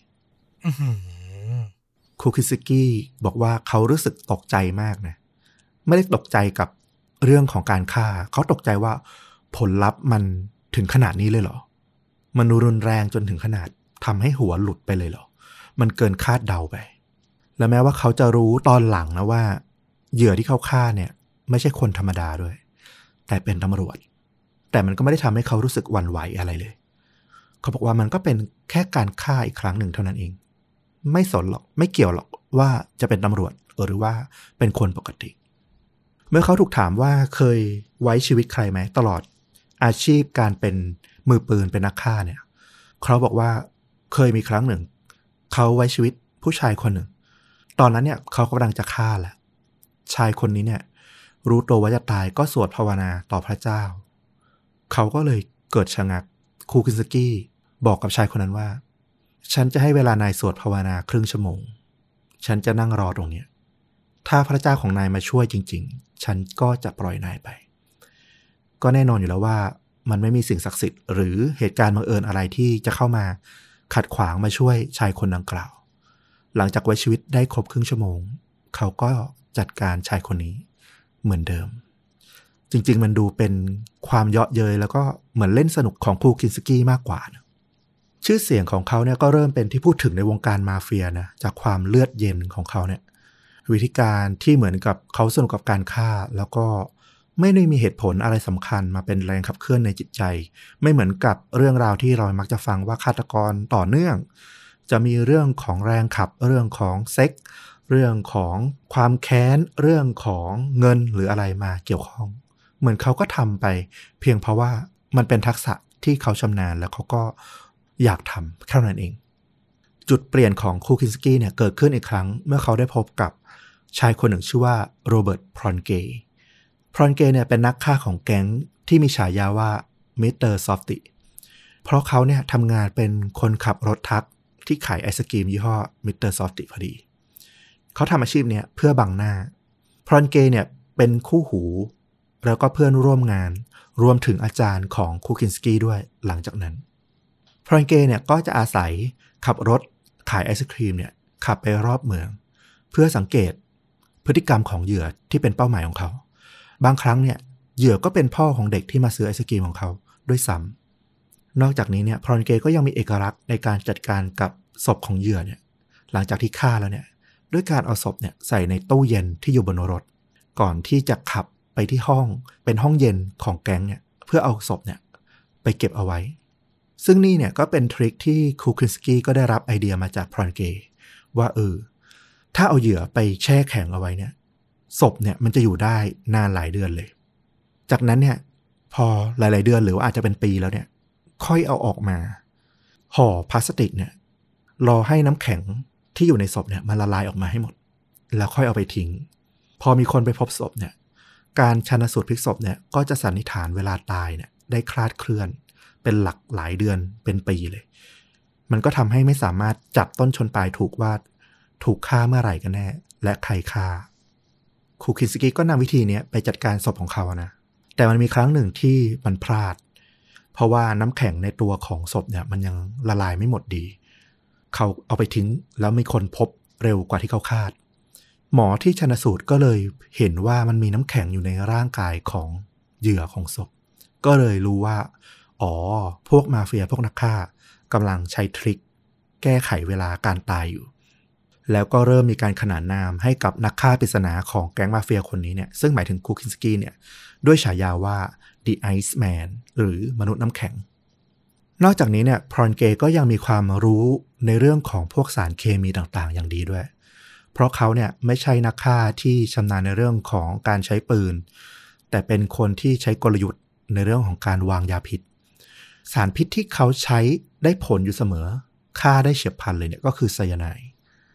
คูคินสกี้บอกว่าเขารู้สึกตกใจมากนะไม่ได้ตกใจกับเรื่องของการฆ่าเขาตกใจว่าผลลัพธ์มันถึงขนาดนี้เลยเหรอมันรุนแรงจนถึงขนาดทำให้หัวหลุดไปเลยเหรอมันเกินคาดเดาไปและแม้ว่าเขาจะรู้ตอนหลังนะว่าเหยื่อที่เขาฆ่าเนี่ยไม่ใช่คนธรรมดาด้วยแต่เป็นตำรวจแต่มันก็ไม่ได้ทำให้เขารู้สึกหวั่นไหวอะไรเลยเขาบอกว่ามันก็เป็นแค่การฆ่าอีกครั้งหนึ่งเท่านั้นเองไม่สนหรอกไม่เกี่ยวหรอกว่าจะเป็นตำรวจหรือว่าเป็นคนปกติเมื่อเขาถูกถามว่าเคยไว้ชีวิตใครไหมตลอดอาชีพการเป็นมือปืนเป็นนักฆ่าเนี่ยเขาบอกว่าเคยมีครั้งหนึ่งเขาไว้ชีวิตผู้ชายคนหนึ่งตอนนั้นเนี่ยเขากำลังจะฆ่าแหละชายคนนี้เนี่ยรู้ตัวว่าจะตายก็สวดภาวนาต่อพระเจ้าเขาก็เลยเกิดชะงักคูคินสกี้บอกกับชายคนนั้นว่าฉันจะให้เวลานายสวดภาวนาครึ่งชั่วโมงฉันจะนั่งรอตรงนี้ถ้าพระเจ้าของนายมาช่วยจริงๆฉันก็จะปล่อยนายไปก็แน่นอนอยู่แล้วว่ามันไม่มีสิ่งศักดิ์สิทธิ์หรือเหตุการณ์บังเอิญอะไรที่จะเข้ามาขัดขวางมาช่วยชายคนดังกล่าวหลังจากไว้ชีวิตได้ครบครึ่งชั่วโมงเขาก็จัดการชายคนนี้เหมือนเดิมจริงๆมันดูเป็นความเยาะเย้ยแล้วก็เหมือนเล่นสนุกของคูคินสกี้มากกว่านะชื่อเสียงของเขาเนี่ยก็เริ่มเป็นที่พูดถึงในวงการมาเฟียนะจากความเลือดเย็นของเขาเนี่ยวิธีการที่เหมือนกับเขาสนุกกับการฆ่าแล้วก็ไม่ได้มีเหตุผลอะไรสำคัญมาเป็นแรงขับเคลื่อนในจิตใจไม่เหมือนกับเรื่องราวที่เรามักจะฟังว่าฆาตกรต่อเนื่องจะมีเรื่องของแรงขับเรื่องของเซ็กส์เรื่องของความแค้นเรื่องของเงินหรืออะไรมาเกี่ยวข้องเหมือนเขาก็ทำไปเพียงเพราะว่ามันเป็นทักษะที่เขาชำนาญแล้วเขาก็อยากทำแค่นั้นเองจุดเปลี่ยนของคูคินสกี้เนี่ยเกิดขึ้นอีกครั้งเมื่อเขาได้พบกับชายคนหนึ่งชื่อว่าโรเบิร์ตพรอนเกเนี่ยเป็นนักฆ่าของแก๊งที่มีฉายาว่ามิสเตอร์ซอฟตี้เพราะเขาเนี่ยทำงานเป็นคนขับรถทักที่ขายไอศกรีมยี่ห้อมิสเตอร์ซอฟตี้พอดีเขาทำอาชีพเนี่ยเพื่อบังหน้าพรอนเกเนี่ยเป็นคู่หูแล้วก็เพื่อนร่วมงานรวมถึงอาจารย์ของคูคินสกี้ด้วยหลังจากนั้นพรอนเกเนี่ยก็จะอาศัยขับรถขายไอศกรีมเนี่ยขับไปรอบเมืองเพื่อสังเกตพฤติกรรมของเหยื่อที่เป็นเป้าหมายของเขาบางครั้งเนี่ยเหยื่อก็เป็นพ่อของเด็กที่มาซื้อไอศกรีมของเขาด้วยซ้ำนอกจากนี้เนี่ยพรอนเกก็ยังมีเอกลักษณ์ในการจัดการกับศพของเหยื่อเนี่ยหลังจากที่ฆ่าแล้วเนี่ยด้วยการเอาศพเนี่ยใส่ในตู้เย็นที่อยู่บนรถก่อนที่จะขับไปที่ห้องเป็นห้องเย็นของแก๊งเนี่ยเพื่อเอาศพเนี่ยไปเก็บเอาไว้ซึ่งนี่เนี่ยก็เป็นทริคที่คูคินสกี้ก็ได้รับไอเดียมาจากพรอนเกว่าถ้าเอาเหยื่อไปแช่แข็งเอาไว้เนี่ยศพเนี่ยมันจะอยู่ได้นานหลายเดือนเลยจากนั้นเนี่ยพอหลายๆเดือนหรือว่าอาจจะเป็นปีแล้วเนี่ยค่อยเอาออกมาห่อพลาสติกเนี่ยรอให้น้ำแข็งที่อยู่ในศพเนี่ยมันละลายออกมาให้หมดแล้วค่อยเอาไปทิ้งพอมีคนไปพบศพเนี่ยการชันสูตรพลิกศพเนี่ยก็จะสันนิษฐานเวลาตายเนี่ยได้คลาดเคลื่อนเป็นหลักหลายเดือนเป็นปีเลยมันก็ทำให้ไม่สามารถจับต้นชนปลายถูกว่าถูกฆ่าเมื่อไหร่กันแน่และใครฆ่าคูคินสกี้ก็นำวิธีนี้ไปจัดการศพของเขานะแต่มันมีครั้งหนึ่งที่มันพลาดเพราะว่าน้ำแข็งในตัวของศพเนี่ยมันยังละลายไม่หมดดีเขาเอาไปทิ้งแล้วมีคนพบเร็วกว่าที่เขาคาดหมอที่ชันสูตรก็เลยเห็นว่ามันมีน้ำแข็งอยู่ในร่างกายของเหยื่อของศพก็เลยรู้ว่าพวกมาเฟียพวกนักฆ่ากำลังใช้ทริคแก้ไขเวลาการตายอยู่แล้วก็เริ่มมีการขนานนามให้กับนักฆ่าปริศนาของแก๊งมาเฟียคนนี้เนี่ยซึ่งหมายถึงคูคินสกี้เนี่ยด้วยฉายาว่า The Ice Man หรือมนุษย์น้ำแข็งนอกจากนี้เนี่ยพรอนเกก็ยังมีความรู้ในเรื่องของพวกสารเคมีต่างๆอย่างดีด้วยเพราะเขาเนี่ยไม่ใช่นักฆ่าที่ชำนาญในเรื่องของการใช้ปืนแต่เป็นคนที่ใช้กลยุทธ์ในเรื่องของการวางยาพิษสารพิษที่เขาใช้ได้ผลอยู่เสมอฆ่าได้เฉียบพลันเลยเนี่ยก็คือไซยาไนด์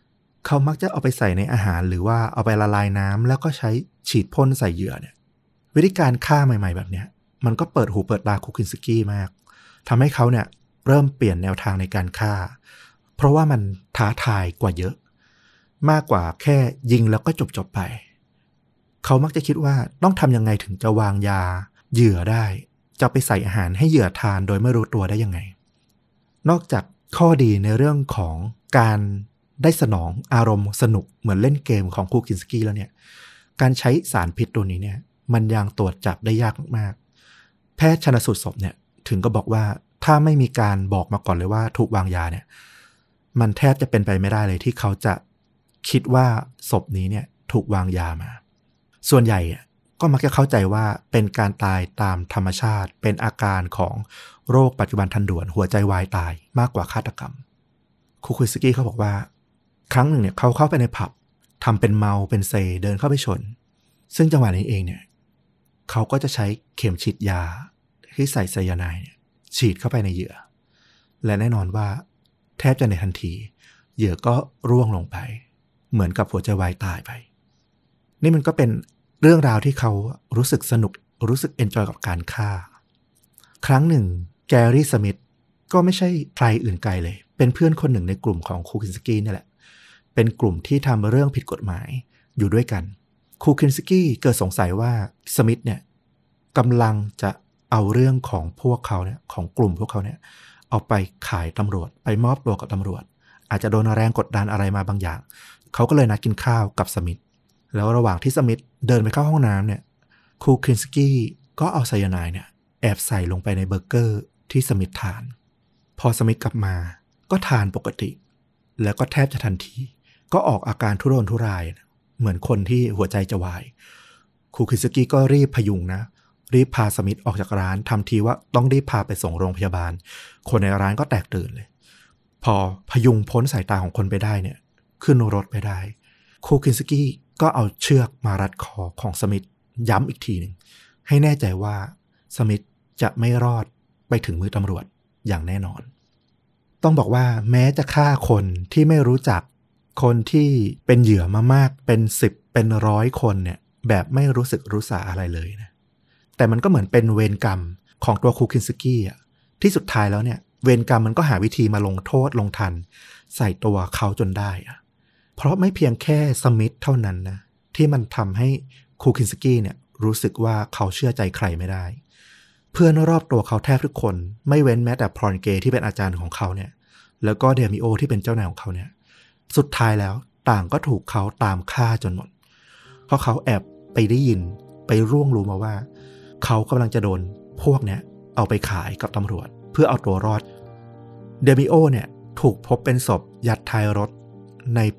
เขามักจะเอาไปใส่ในอาหารหรือว่าเอาไปละลายน้ำแล้วก็ใช้ฉีดพ่นใส่เหยื่อเนี่ยวิธีการฆ่าใหม่ๆแบบเนี้ยมันก็เปิดหูเปิดตาคูคินสกี้มากทำให้เขาเนี่ยเริ่มเปลี่ยนแนวทางในการฆ่าเพราะว่ามันท้าทายกว่าเยอะมากกว่าแค่ยิงแล้วก็จบไปเขามักจะคิดว่าต้องทำยังไงถึงจะวางยาเหยื่อได้จะไปใส่อาหารให้เหยื่อทานโดยไม่รู้ตัวได้ยังไงนอกจากข้อดีในเรื่องของการได้สนองอารมณ์สนุกเหมือนเล่นเกมของคูคินสกี้แล้วเนี่ยการใช้สารพิษตัวนี้เนี่ยมันยังตรวจจับได้ยากมากแพทย์ชันสูตรศพเนี่ยถึงก็บอกว่าถ้าไม่มีการบอกมาก่อนเลยว่าถูกวางยาเนี่ยมันแทบจะเป็นไปไม่ได้เลยที่เขาจะคิดว่าศพนี้เนี่ยถูกวางยามาส่วนใหญ่ก็มักจะเข้าใจว่าเป็นการตายตามธรรมชาติเป็นอาการของโรคปัจจุบันทันด่วนหัวใจวายตายมากกว่าฆาตกรรมคูคินสกี้เขาบอกว่าครั้งหนึ่งเนี่ยเขาเข้าไปในผับทำเป็นเมาเป็นเซเดินเข้าไปชนซึ่งจังหวะนี้เองเนี่ยเขาก็จะใช้เข็มฉีดยาที่ใส่ไซยาไนด์เนี่ยฉีดเข้าไปในเหยื่อและแน่นอนว่าแทบจะในทันทีเหยื่อก็ร่วงลงไปเหมือนกับหัวใจวายตายไปนี่มันก็เป็นเรื่องราวที่เขารู้สึกสนุกรู้สึกเอนจอยกับการฆ่าครั้งหนึ่งแกรี่สมิธก็ไม่ใช่ใครอื่นไกลเลยเป็นเพื่อนคนหนึ่งในกลุ่มของคูคินสกี้นี่แหละเป็นกลุ่มที่ทำเรื่องผิดกฎหมายอยู่ด้วยกันคูคินสกี้เกิดสงสัยว่าสมิธเนี่ยกำลังจะเอาเรื่องของพวกเขาเนี่ยของกลุ่มพวกเขาเนี่ยเอาไปขายตำรวจไปมอบตัวกับตำรวจอาจจะโดนแรงกดดันอะไรมาบางอย่างเขาก็เลยนัดกินข้าวกับสมิธแล้วระหว่างที่สมิธเดินไปเข้าห้องน้ำเนี่ยคูคินสกี้ก็เอาไซยาไนด์เนี่ยแอบใส่ลงไปในเบอร์เกอร์ที่สมิธทานพอสมิธกลับมาก็ทานปกติแล้วก็แทบจะทันทีก็ออกอาการทุรนทุรายเหมือนคนที่หัวใจจะวายคูคินสกี้ก็รีบพยุงนะรีบพาสมิธออกจากร้านทำทีว่าต้องรีบพาไปส่งโรงพยาบาลคนในร้านก็แตกตื่นเลยพอพยุงพ้นสายตาของคนไปได้เนี่ยขึ้นรถไปได้คูคินสกี้ก็เอาเชือกมารัดคอของสมิธย้ำอีกทีหนึ่งให้แน่ใจว่าสมิธจะไม่รอดไปถึงมือตำรวจอย่างแน่นอนต้องบอกว่าแม้จะฆ่าคนที่ไม่รู้จักคนที่เป็นเหยื่อมามากเป็น10เป็น100คนเนี่ยแบบไม่รู้สึกรู้สาอะไรเลยนะแต่มันก็เหมือนเป็นเวรกรรมของตัวคูคินสกี้อ่ะที่สุดท้ายแล้วเนี่ยเวรกรรมมันก็หาวิธีมาลงโทษลงทันใส่ตัวเขาจนได้อ่ะเพราะไม่เพียงแค่สมิธเท่านั้นนะที่มันทำให้คูคินสกี้เนี่ยรู้สึกว่าเขาเชื่อใจใครไม่ได้เพื่อนรอบตัวเขาแทบทุกคนไม่เว้นแม้แต่พรอนเกที่เป็นอาจารย์ของเขาเนี่ยแล้วก็เดมิโอที่เป็นเจ้านายของเขาเนี่ยสุดท้ายแล้วต่างก็ถูกเขาตามฆ่าจนหมดเพราะเขาแอบไปได้ยินไปร่วงรู้มาว่าเขากำลังจะโดนพวกเนี้ยเอาไปขายกับตำรวจเพื่อเอาตัวรอดเดมิโอเนี่ยถูกพบเป็นศพยัดท้ายรถในปี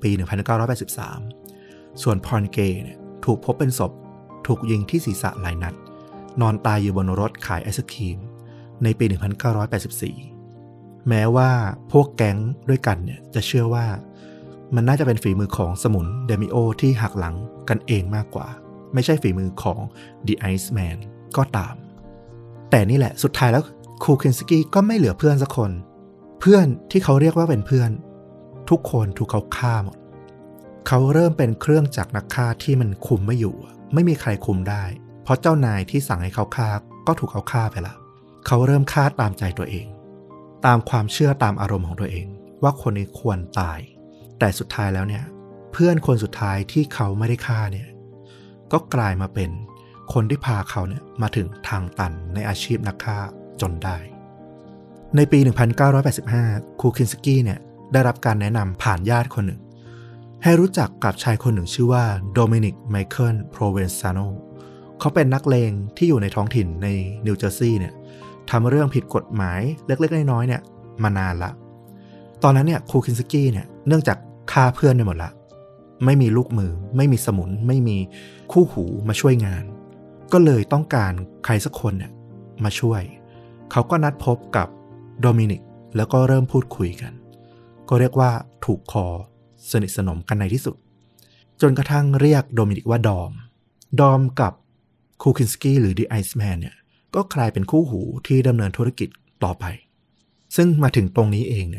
1983 ส่วนพรอนเกเนี่ยถูกพบเป็นศพถูกยิงที่ศีรษะหลายนัดนอนตายอยู่บนรถขายไอศกรีมในปี 1984 แม้ว่าพวกแก๊งด้วยกันเนี่ยจะเชื่อว่ามันน่าจะเป็นฝีมือของสมุนเดมิโอที่หักหลังกันเองมากกว่าไม่ใช่ฝีมือของ The Iceman ก็ตามแต่นี่แหละสุดท้ายแล้วคูคินสกี้ก็ไม่เหลือเพื่อนสักคนเพื่อนที่เขาเรียกว่าเป็นเพื่อนทุกคนถูกเขาฆ่าหมดเขาเริ่มเป็นเครื่องจักรนักฆ่าที่มันคุมไม่อยู่ไม่มีใครคุมได้เพราะเจ้านายที่สั่งให้เขาฆ่าก็ถูกเขาฆ่าไปละเขาเริ่มฆ่าตามใจตัวเองตามความเชื่อตามอารมณ์ของตัวเองว่าคนนี้ควรตายแต่สุดท้ายแล้วเนี่ยเพื่อนคนสุดท้ายที่เขาไม่ได้ฆ่าเนี่ยก็กลายมาเป็นคนที่พาเขาเนี่ยมาถึงทางตันในอาชีพนักฆ่าจนได้ในปี 1985 คูคินสกี้เนี่ยได้รับการแนะนำผ่านญาติคนหนึ่งให้รู้จักกับชายคนหนึ่งชื่อว่าโดมินิกไมเคิลโพรเวนซาโนเขาเป็นนักเลงที่อยู่ในท้องถิ่นในนิวเจอร์ซีย์เนี่ยทำเรื่องผิดกฎหมายเล็กๆน้อยๆเนี่ยมานานละตอนนั้นเนี่ยคูคินสกี้เนี่ยเนื่องจากฆ่าเพื่อนไปหมดละไม่มีลูกมือไม่มีสมุนไม่มีคู่หูมาช่วยงานก็เลยต้องการใครสักคนเนี่ยมาช่วยเขาก็นัดพบกับโดมินิกแล้วก็เริ่มพูดคุยกันก็เรียกว่าถูกคอสนิทสนมกันในที่สุดจนกระทั่งเรียกโดมินิกว่าดอมกับคูคินสกี้หรือ The Iceman เนี่ยก็กลายเป็นคู่หูที่ดำเนินธุรกิจต่อไปซึ่งมาถึงตรงนี้เองเนี่ย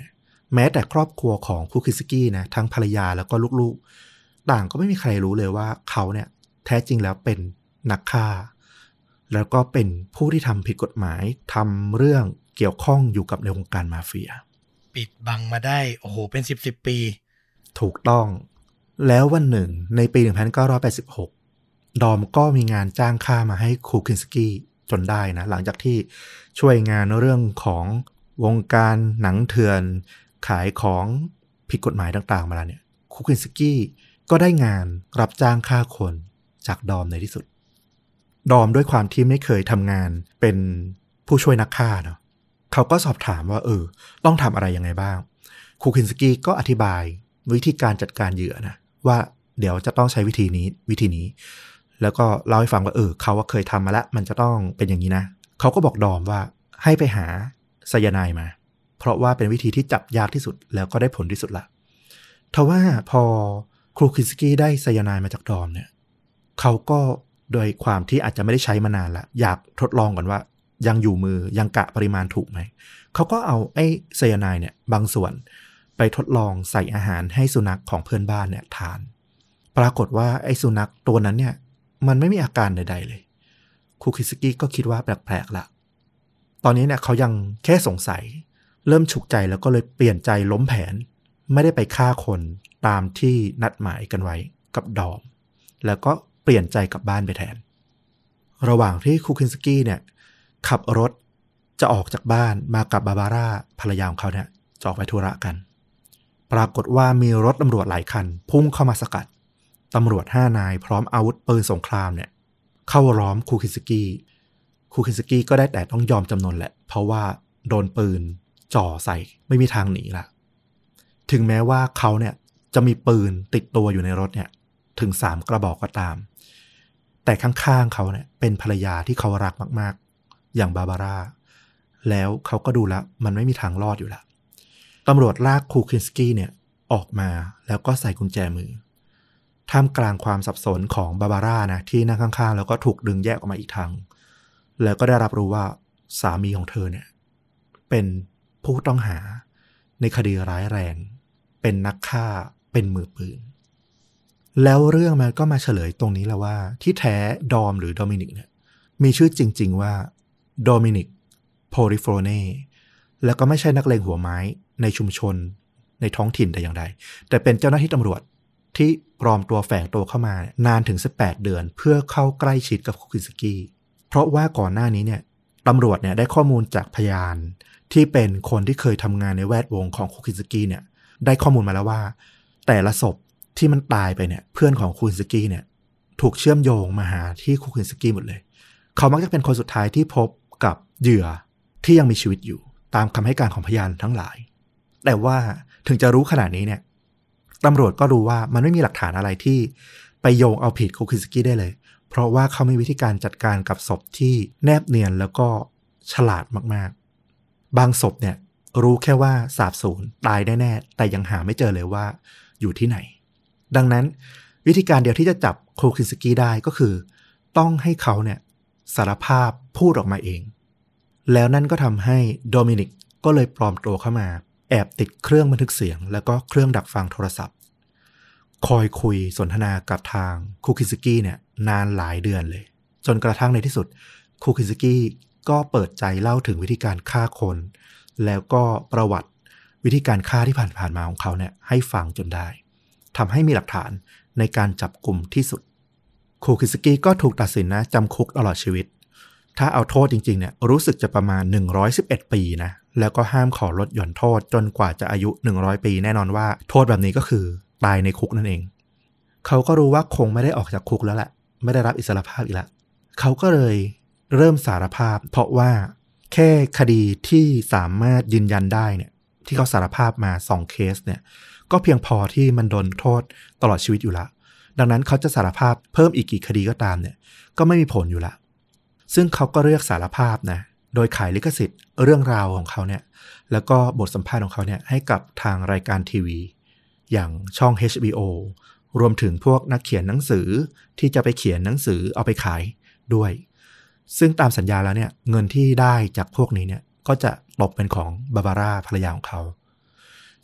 แม้แต่ครอบครัวของคูคิสกี้นะทั้งภรรยาแล้วก็ลูกๆต่างก็ไม่มีใครรู้เลยว่าเขาเนี่ยแท้จริงแล้วเป็นนักฆ่าแล้วก็เป็นผู้ที่ทำผิดกฎหมายทำเรื่องเกี่ยวข้องอยู่กับในวงการมาเฟียปิดบังมาได้โอ้โหเป็น10 ปีถูกต้องแล้ววันหนึ่งในปี 1986 ดอมก็มีงานจ้างฆ่ามาให้คูคินสกี้จนได้นะหลังจากที่ช่วยงานเรื่องของวงการหนังเถื่อนขายของผิดกฎหมายต่างๆมาแล้วเนี่ยคูคินสกี้ก็ได้งานรับจ้างฆ่าคนจากดอมในที่สุดดอมด้วยความที่ไม่เคยทำงานเป็นผู้ช่วยนักฆ่าเนาะเขาก็สอบถามว่าต้องทำอะไรยังไงบ้างคูคินสกี้ก็อธิบายวิธีการจัดการเหยื่อนะว่าเดี๋ยวจะต้องใช้วิธีนี้แล้วก็เล่าให้ฟังว่าเขาเคยทำมาแล้วมันจะต้องเป็นอย่างนี้นะเขาก็บอกดอมว่าให้ไปหาไซยาไนด์มาเพราะว่าเป็นวิธีที่จับยากที่สุดแล้วก็ได้ผลที่สุดละทว่าพอคูคินสกี้ได้ไซยาไนด์มาจากดอมเนี่ยเขาก็โดยความที่อาจจะไม่ได้ใช้มานานละอยากทดลองก่อนว่ายังอยู่มือยังกะปริมาณถูกไหมเขาก็เอาไอ้ไซยาไนด์เนี่ยบางส่วนไปทดลองใส่อาหารให้สุนัขของเพื่อนบ้านเนี่ยทานปรากฏว่าไอ้สุนัขตัวนั้นเนี่ยมันไม่มีอาการใดๆเลยคูคิสกี้ก็คิดว่าแปลกๆละตอนนี้เนี่ยเขายังแค่สงสัยเริ่มฉุกใจแล้วก็เลยเปลี่ยนใจล้มแผนไม่ได้ไปฆ่าคนตามที่นัดหมายกันไว้กับดอมแล้วก็เปลี่ยนใจกลับบ้านไปแทนระหว่างที่คูคินสกี้เนี่ยขับรถจะออกจากบ้านมากับบาบาร่าภรรยาของเขาเนี่ยจะออกไปธุระกันปรากฏว่ามีรถตำรวจหลายคันพุ่งเข้ามาสกัดตำรวจ5 นายพร้อมอาวุธปืนสงครามเนี่ยเข้าล้อมคูคินสกี้ก็ได้แต่ต้องยอมจำนนแหละเพราะว่าโดนปืนจ่อใส่ไม่มีทางหนีละถึงแม้ว่าเขาเนี่ยจะมีปืนติดตัวอยู่ในรถเนี่ยถึง3 กระบอกก็ตามแต่ข้างๆเขาเนี่ยเป็นภรรยาที่เขารักมากๆอย่างบาบาร่าแล้วเขาก็ดูแล้วมันไม่มีทางรอดอยู่ละตำรวจลากคูคินสกี้เนี่ยออกมาแล้วก็ใส่กุญแจมือท่ามกลางความสับสนของบาบาร่านะที่นั่งข้างๆแล้วก็ถูกดึงแยกออกมาอีกทางแล้วก็ได้รับรู้ว่าสามีของเธอเนี่ยเป็นผู้ต้องหาในคดีร้ายแรงเป็นนักฆ่าเป็นมือปืนแล้วเรื่องมันก็มาเฉลยตรงนี้แล้วว่าที่แท้ดอมหรือโดมินิกเนี่ยมีชื่อจริงๆว่าโดมินิกโพลิโฟเน่แล้วก็ไม่ใช่นักเลงหัวไม้ในชุมชนในท้องถิ่นแต่อย่างใดแต่เป็นเจ้าหน้าที่ตำรวจที่ปลอมตัวแฝงตัวเข้ามานานถึง18 เดือนเพื่อเข้าใกล้ชิดกับคูคินสกี้เพราะว่าก่อนหน้านี้เนี่ยตำรวจเนี่ยได้ข้อมูลจากพยานที่เป็นคนที่เคยทำงานในแวดวงของคูคินสกี้เนี่ยได้ข้อมูลมาแล้วว่าแต่ละศพที่มันตายไปเนี่ยเพื่อนของคูคินสกี้เนี่ยถูกเชื่อมโยงมาหาที่คูคินสกี้หมดเลยเขามักจะเป็นคนสุดท้ายที่พบกับเหยื่อที่ยังมีชีวิตอยู่ตามคำให้การของพยานทั้งหลายแต่ว่าถึงจะรู้ขนาดนี้เนี่ยตำรวจก็รู้ว่ามันไม่มีหลักฐานอะไรที่ไปโยงเอาผิดคูคินสกี้ได้เลยเพราะว่าเขามีวิธีการจัดการกับศพที่แนบเนียนแล้วก็ฉลาดมากๆบางศพเนี่ยรู้แค่ว่าสาบสูญตายแน่ๆแต่ยังหาไม่เจอเลยว่าอยู่ที่ไหนดังนั้นวิธีการเดียวที่จะจับคูคินสกี้ได้ก็คือต้องให้เขาเนี่ยสารภาพพูดออกมาเองแล้วนั่นก็ทำให้โดมินิกก็เลยปลอมตัวเข้ามาแอบติดเครื่องบันทึกเสียงแล้วก็เครื่องดักฟังโทรศัพท์คอยคุยสนทนากับทางคูคินสกี้เนี่ยนานหลายเดือนเลยจนกระทั่งในที่สุดคูคินสกี้ก็เปิดใจเล่าถึงวิธีการฆ่าคนแล้วก็ประวัติวิธีการฆ่าที่ผ่านมาของเขาเนี่ยให้ฟังจนได้ทำให้มีหลักฐานในการจับกลุ่มที่สุดคูคินสกี้ก็ถูกตัดสินนะจำคุกตลอดชีวิตถ้าเอาโทษจริงๆเนี่ยรู้สึกจะประมาณ111 ปีนะแล้วก็ห้ามขอลดหย่อนโทษจนกว่าจะอายุ100 ปีแน่นอนว่าโทษแบบนี้ก็คือตายในคุกนั่นเองเขาก็รู้ว่าคงไม่ได้ออกจากคุกแล้วแหละไม่ได้รับอิสรภาพอีกแล้วเขาก็เลยเริ่มสารภาพเพราะว่าแค่คดีที่สามารถยืนยันได้เนี่ยที่เขาสารภาพมา2 เคสเนี่ยก็เพียงพอที่มันโดนโทษตลอดชีวิตอยู่ละดังนั้นเขาจะสารภาพเพิ่มอีกกี่คดีก็ตามเนี่ยก็ไม่มีผลอยู่ละซึ่งเขาก็เลือกสารภาพนะโดยขายลิขสิทธิ์เรื่องราวของเขาเนี่ยแล้วก็บทสัมภาษณ์ของเขาเนี่ยให้กับทางรายการทีวีอย่างช่อง HBO รวมถึงพวกนักเขียนหนังสือที่จะไปเขียนหนังสือเอาไปขายด้วยซึ่งตามสัญญาแล้วเนี่ยเงินที่ได้จากพวกนี้เนี่ยก็จะตกเป็นของบาบาร่าภรรยาของเขา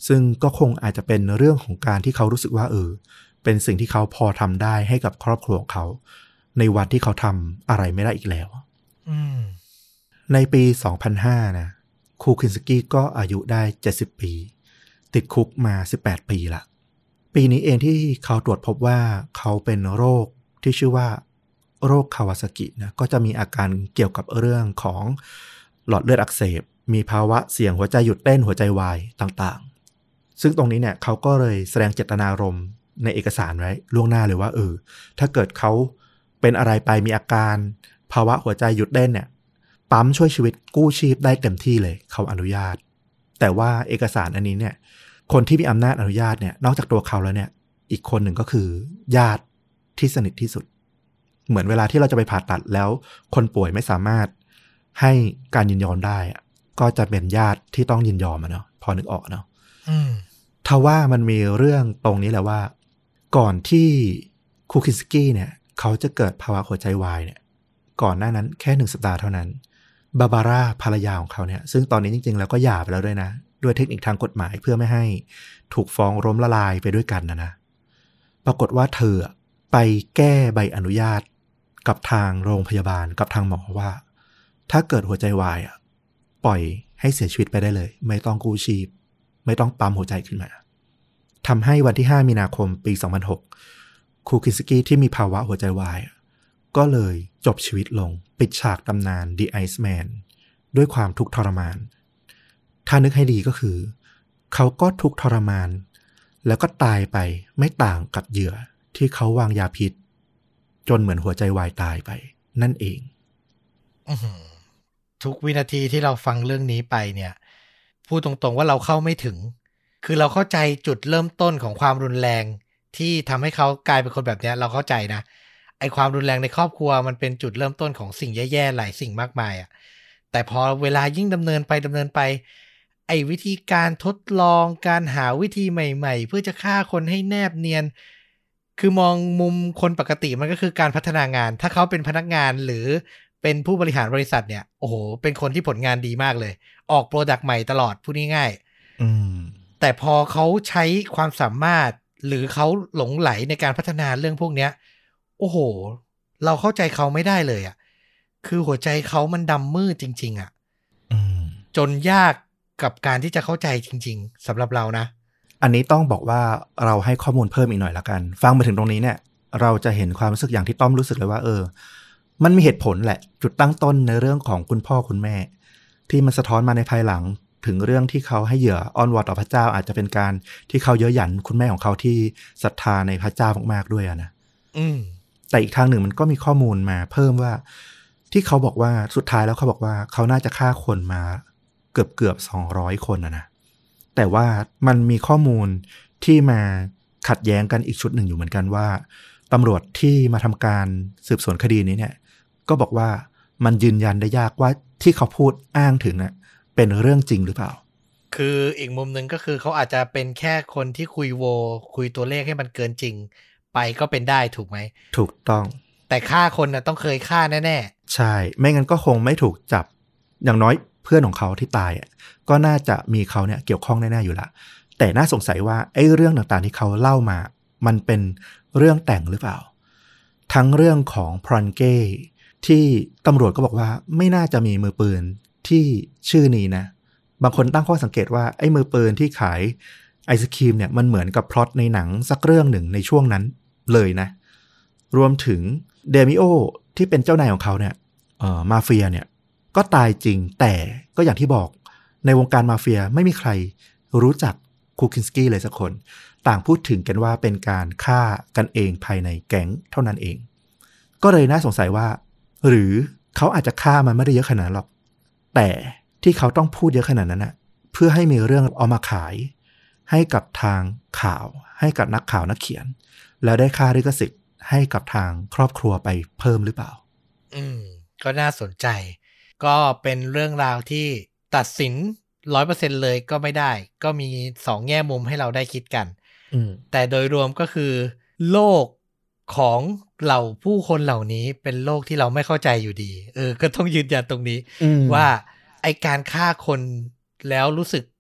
ซึ่งก็คงอาจจะเป็นเรื่องของการที่เขารู้สึกว่าเป็นสิ่งที่เขาพอทำได้ให้กับครอบครัวของเขาในวันที่เขาทำอะไรไม่ได้อีกแล้วในปี 2005 นะคูคินสกี้ก็อายุได้70 ปีติดคุกมา18 ปีละปีนี้เองที่เขาตรวจพบว่าเขาเป็นโรคที่ชื่อว่าโรคคาวาซากินะก็จะมีอาการเกี่ยวกับเรื่องของหลอดเลือดอักเสบมีภาวะเสี่ยงหัวใจหยุดเต้นหัวใจวายต่างๆซึ่งตรงนี้เนี่ยเขาก็เลยแสดงเจตนารมณ์ในเอกสารไว้ล่วงหน้าเลยว่าถ้าเกิดเขาเป็นอะไรไปมีอาการภาวะหัวใจหยุดเต้นเนี่ยปั๊มช่วยชีวิตกู้ชีพได้เต็มที่เลยเขาอนุญาตแต่ว่าเอกสารอันนี้เนี่ยคนที่มีอำนาจอนุญาตเนี่ยนอกจากตัวเขาแล้วเนี่ยอีกคนหนึ่งก็คือญาติที่สนิทที่สุดเหมือนเวลาที่เราจะไปผ่าตัดแล้วคนป่วยไม่สามารถให้การยินยอมได้ก็จะเป็นญาติที่ต้องยินยอมเนาะพอนึกออกเนาะทว่ามันมีเรื่องตรงนี้แหละว่าก่อนที่คูคินสกี้เนี่ยเขาจะเกิดภาวะหัวใจวายเนี่ยก่อนหน้านั้นแค่1 สัปดาห์เท่านั้นบาบาร่าภรรยาของเขาเนี่ยซึ่งตอนนี้จริงๆแล้วก็หย่าไปแล้วด้วยนะด้วยเทคนิคทางกฎหมายเพื่อไม่ให้ถูกฟ้องล้มละลายไปด้วยกันนะปรากฏว่าเธอไปแก้ใบอนุญาตกับทางโรงพยาบาลกับทางหมอว่าถ้าเกิดหัวใจวายปล่อยให้เสียชีวิตไปได้เลยไม่ต้องกู้ชีพไม่ต้องปั๊มหัวใจขึ้นมาทำให้วันที่5 มีนาคมปี 2006คูคินสกี้ที่มีภาวะหัวใจวายก็เลยจบชีวิตลงปิดฉากตำนาน The Iceman ด้วยความทุกข์ทรมานถ้านึกให้ดีก็คือเขาก็ทุกข์ทรมานแล้วก็ตายไปไม่ต่างกับเหยื่อที่เขาวางยาพิษจนเหมือนหัวใจวายตายไปนั่นเองทุกวินาทีที่เราฟังเรื่องนี้ไปเนี่ยพูดตรงๆว่าเราเข้าไม่ถึงคือเราเข้าใจจุดเริ่มต้นของความรุนแรงที่ทำให้เขากลายเป็นคนแบบนี้เราเข้าใจนะไอ้ความรุนแรงในครอบครัวมันเป็นจุดเริ่มต้นของสิ่งแย่ๆหลายสิ่งมากมายแต่พอเวลายิ่งดำเนินไปไอ้วิธีการทดลองการหาวิธีใหม่ๆเพื่อจะฆ่าคนให้แนบเนียนคือมองมุมคนปกติมันก็คือการพัฒนางานถ้าเขาเป็นพนักงานหรือเป็นผู้บริหารบริษัทเนี่ยโอ้โหเป็นคนที่ผลงานดีมากเลยออกโปรดักต์ใหม่ตลอดพูดง่ายๆแต่พอเขาใช้ความสามารถหรือเขาหลงไหลในการพัฒนาเรื่องพวกเนี้ยโอ้โหเราเข้าใจเขาไม่ได้เลยคือหัวใจเขามันดำมืดจริงๆจนยากกับการที่จะเข้าใจจริงๆสำหรับเรานะอันนี้ต้องบอกว่าเราให้ข้อมูลเพิ่มอีกหน่อยละกันฟังมาถึงตรงนี้เนี่ยเราจะเห็นความรู้สึกอย่างที่ต้อมรู้สึกเลยว่ามันมีเหตุผลแหละจุดตั้งต้นในเรื่องของคุณพ่อคุณแม่ที่มันสะท้อนมาในภายหลังถึงเรื่องที่เขาให้เหยื่ออ้อนวอนต่อพระเจ้าอาจจะเป็นการที่เขาเย้ยหยันคุณแม่ของเขาที่ศรัทธาในพระเจ้ามากๆด้วยนะแต่อีกทางหนึ่งมันก็มีข้อมูลมาเพิ่มว่าที่เขาบอกว่าสุดท้ายแล้วเขาบอกว่าเขาน่าจะฆ่าคนมาเกือบ200 คนนะแต่ว่ามันมีข้อมูลที่มาขัดแย้งกันอีกชุดหนึ่งอยู่เหมือนกันว่าตำรวจที่มาทำการสืบสวนคดีนี้เนี่ยก็บอกว่ามันยืนยันได้ยากว่าที่เขาพูดอ้างถึงเป็นเรื่องจริงหรือเปล่าคืออีกมุมนึงก็คือเขาอาจจะเป็นแค่คนที่คุยตัวเลขให้มันเกินจริงไปก็เป็นได้ถูกไหมถูกต้องแต่ฆ่าคนต้องเคยฆ่าแน่ๆใช่ไม่งั้นก็คงไม่ถูกจับอย่างน้อยเพื่อนของเขาที่ตายก็น่าจะมีเขาเนี่ยเกี่ยวข้องแน่ๆอยู่ละแต่น่าสงสัยว่าไอ้เรื่องต่างๆที่เขาเล่ามามันเป็นเรื่องแต่งหรือเปล่าทั้งเรื่องของพรอนเก้ที่ตำรวจก็บอกว่าไม่น่าจะมีมือปืนที่ชื่อนี้นะบางคนตั้งข้อสังเกตว่าไอ้มือปืนที่ขายไอศกรีมเนี่ยมันเหมือนกับพล็อตในหนังสักเรื่องหนึ่งในช่วงนั้นเลยนะรวมถึงเดมิโอที่เป็นเจ้านายของเขาเนี่ยมาเฟียเนี่ยก็ตายจริงแต่ก็อย่างที่บอกในวงการมาเฟียไม่มีใครรู้จักคูคินสกี้เลยสักคนต่างพูดถึงกันว่าเป็นการฆ่ากันเองภายในแก๊งเท่านั้นเองก็เลยน่าสงสัยว่าหรือเขาอาจจะฆ่ามันไม่ได้เยอะขนาดนั้นหรอกแต่ที่เขาต้องพูดเยอะขนาดนั้นเพื่อให้มีเรื่องเอามาขายให้กับทางข่าวให้กับนักข่าวนักเขียนแล้วได้ค่าลิขสิทธิ์ให้กับทางครอบครัวไปเพิ่มหรือเปล่าก็น่าสนใจก็เป็นเรื่องราวที่ตัดสิน 100% เลยก็ไม่ได้ก็มี2แง่มุมให้เราได้คิดกันแต่โดยรวมก็คือโลกของเหล่าผู้คนเหล่านี้เป็นโลกที่เราไม่เข้าใจอยู่ดีก็ต้องยืนยันตรงนี้ว่าไอการฆ่าคนแล้วรู้สึก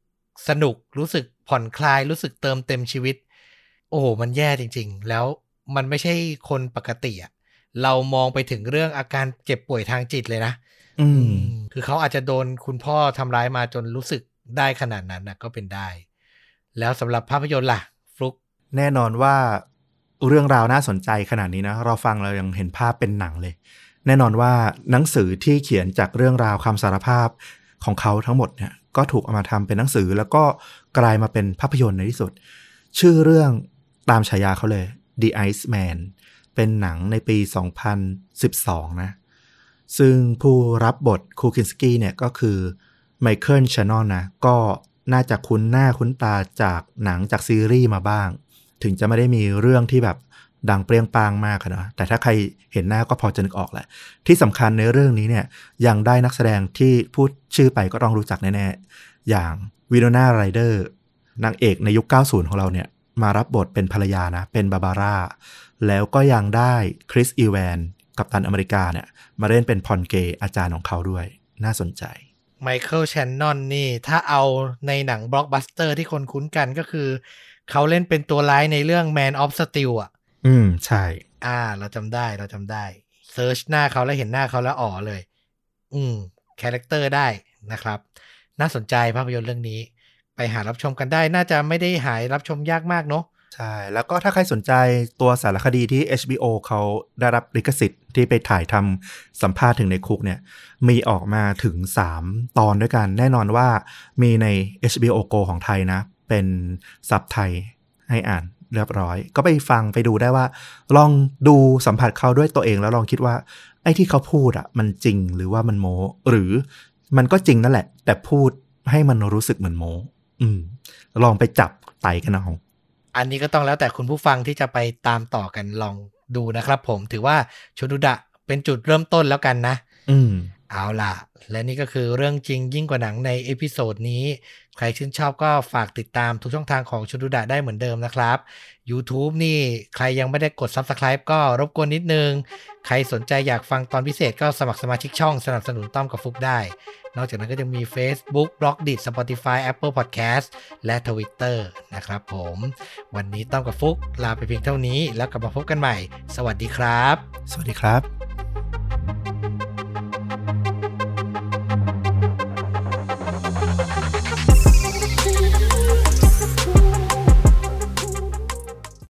สนุกรู้สึกผ่อนคลายรู้สึกเติมเต็มชีวิตโอ้โหมันแย่จริงๆแล้วมันไม่ใช่คนปกติอ่ะเรามองไปถึงเรื่องอาการเจ็บป่วยทางจิตเลยนะคือเขาอาจจะโดนคุณพ่อทำร้ายมาจนรู้สึกได้ขนาดนั้นนะก็เป็นได้แล้วสำหรับภาพยนตร์ล่ะฟลุกแน่นอนว่าเรื่องราวน่าสนใจขนาดนี้นะเราฟังเรายังเห็นภาพเป็นหนังเลยแน่นอนว่าหนังสือที่เขียนจากเรื่องราวคำสารภาพของเขาทั้งหมดเนี่ยก็ถูกเอามาทำเป็นหนังสือแล้วก็กลายมาเป็นภาพยนตร์ในที่สุดชื่อเรื่องตามฉายาเขาเลย The Iceman เป็นหนังในปี 2012 นะซึ่งผู้รับบทคูคินสกี้เนี่ยก็คือไมเคิล ชานนอนนะก็น่าจะคุ้นหน้าคุ้นตาจากหนังจากซีรีส์มาบ้างถึงจะไม่ได้มีเรื่องที่แบบดังเปรี้ยงปร้างมากนะแต่ถ้าใครเห็นหน้าก็พอจะนึกออกแหละที่สำคัญในเรื่องนี้เนี่ยยังได้นักแสดงที่พูดชื่อไปก็ต้องรู้จักแน่ๆอย่างวิโนนาไรเดอร์นางเอกในยุค 90 ของเราเนี่ยมารับบทเป็นภรรยานะเป็นบาบาร่าแล้วก็ยังได้คริส อีแวนกัปตันอเมริกาเนี่ยมาเล่นเป็นพอนเกอาจารย์ของเขาด้วยน่าสนใจไมเคิล แชนนอนนี่ถ้าเอาในหนังบล็อกบัสเตอร์ที่คนคุ้นกันก็คือเขาเล่นเป็นตัวร้ายในเรื่อง Man of Steel อ่ะใช่เราจำได้เซิร์ชหน้าเขาแล้วเห็นหน้าเขาแล้วอ๋อเลยคาแรคเตอร์ได้นะครับน่าสนใจภาพยนตร์เรื่องนี้ไปหารับชมกันได้น่าจะไม่ได้หายรับชมยากมากเนาะใช่แล้วก็ถ้าใครสนใจตัวสารคดีที่ HBO เขาได้รับลิขสิทธิ์ที่ไปถ่ายทำสัมภาษณ์ถึงในคุกเนี่ยมีออกมาถึง3 ตอนด้วยกันแน่นอนว่ามีใน HBO Go ของไทยนะเป็นซับไทยให้อ่านเรียบร้อยก็ไปฟังไปดูได้ว่าลองดูสัมผัสเขาด้วยตัวเองแล้วลองคิดว่าไอ้ที่เขาพูดอ่ะมันจริงหรือว่ามันโม้หรือมันก็จริงนั่นแหละแต่พูดให้มันรู้สึกเหมือนโม้ลองไปจับไต่กันนะของอันนี้ก็ต้องแล้วแต่คุณผู้ฟังที่จะไปตามต่อกันลองดูนะครับผมถือว่าชนุดะเป็นจุดเริ่มต้นแล้วกันนะเอาล่ะและนี่ก็คือเรื่องจริงยิ่งกว่าหนังในเอพิโซดนี้ใครชื่นชอบก็ฝากติดตามทุกช่องทางของชนุดะได้เหมือนเดิมนะครับ YouTube นี่ใครยังไม่ได้กด Subscribe ก็รบกวนนิดนึงใครสนใจอยากฟังตอนพิเศษก็สมัครสมาชิกช่องสนับสนุนต้อมกับฟุกได้นอกจากนั้นก็จะมี Facebook Blogdit Spotify Apple Podcast และ Twitter นะครับผมวันนี้ต้อมกับฟุกลาไปเพียงเท่านี้แล้วกลับมาพบกันใหม่สวัสดีครับสวัสดีครับ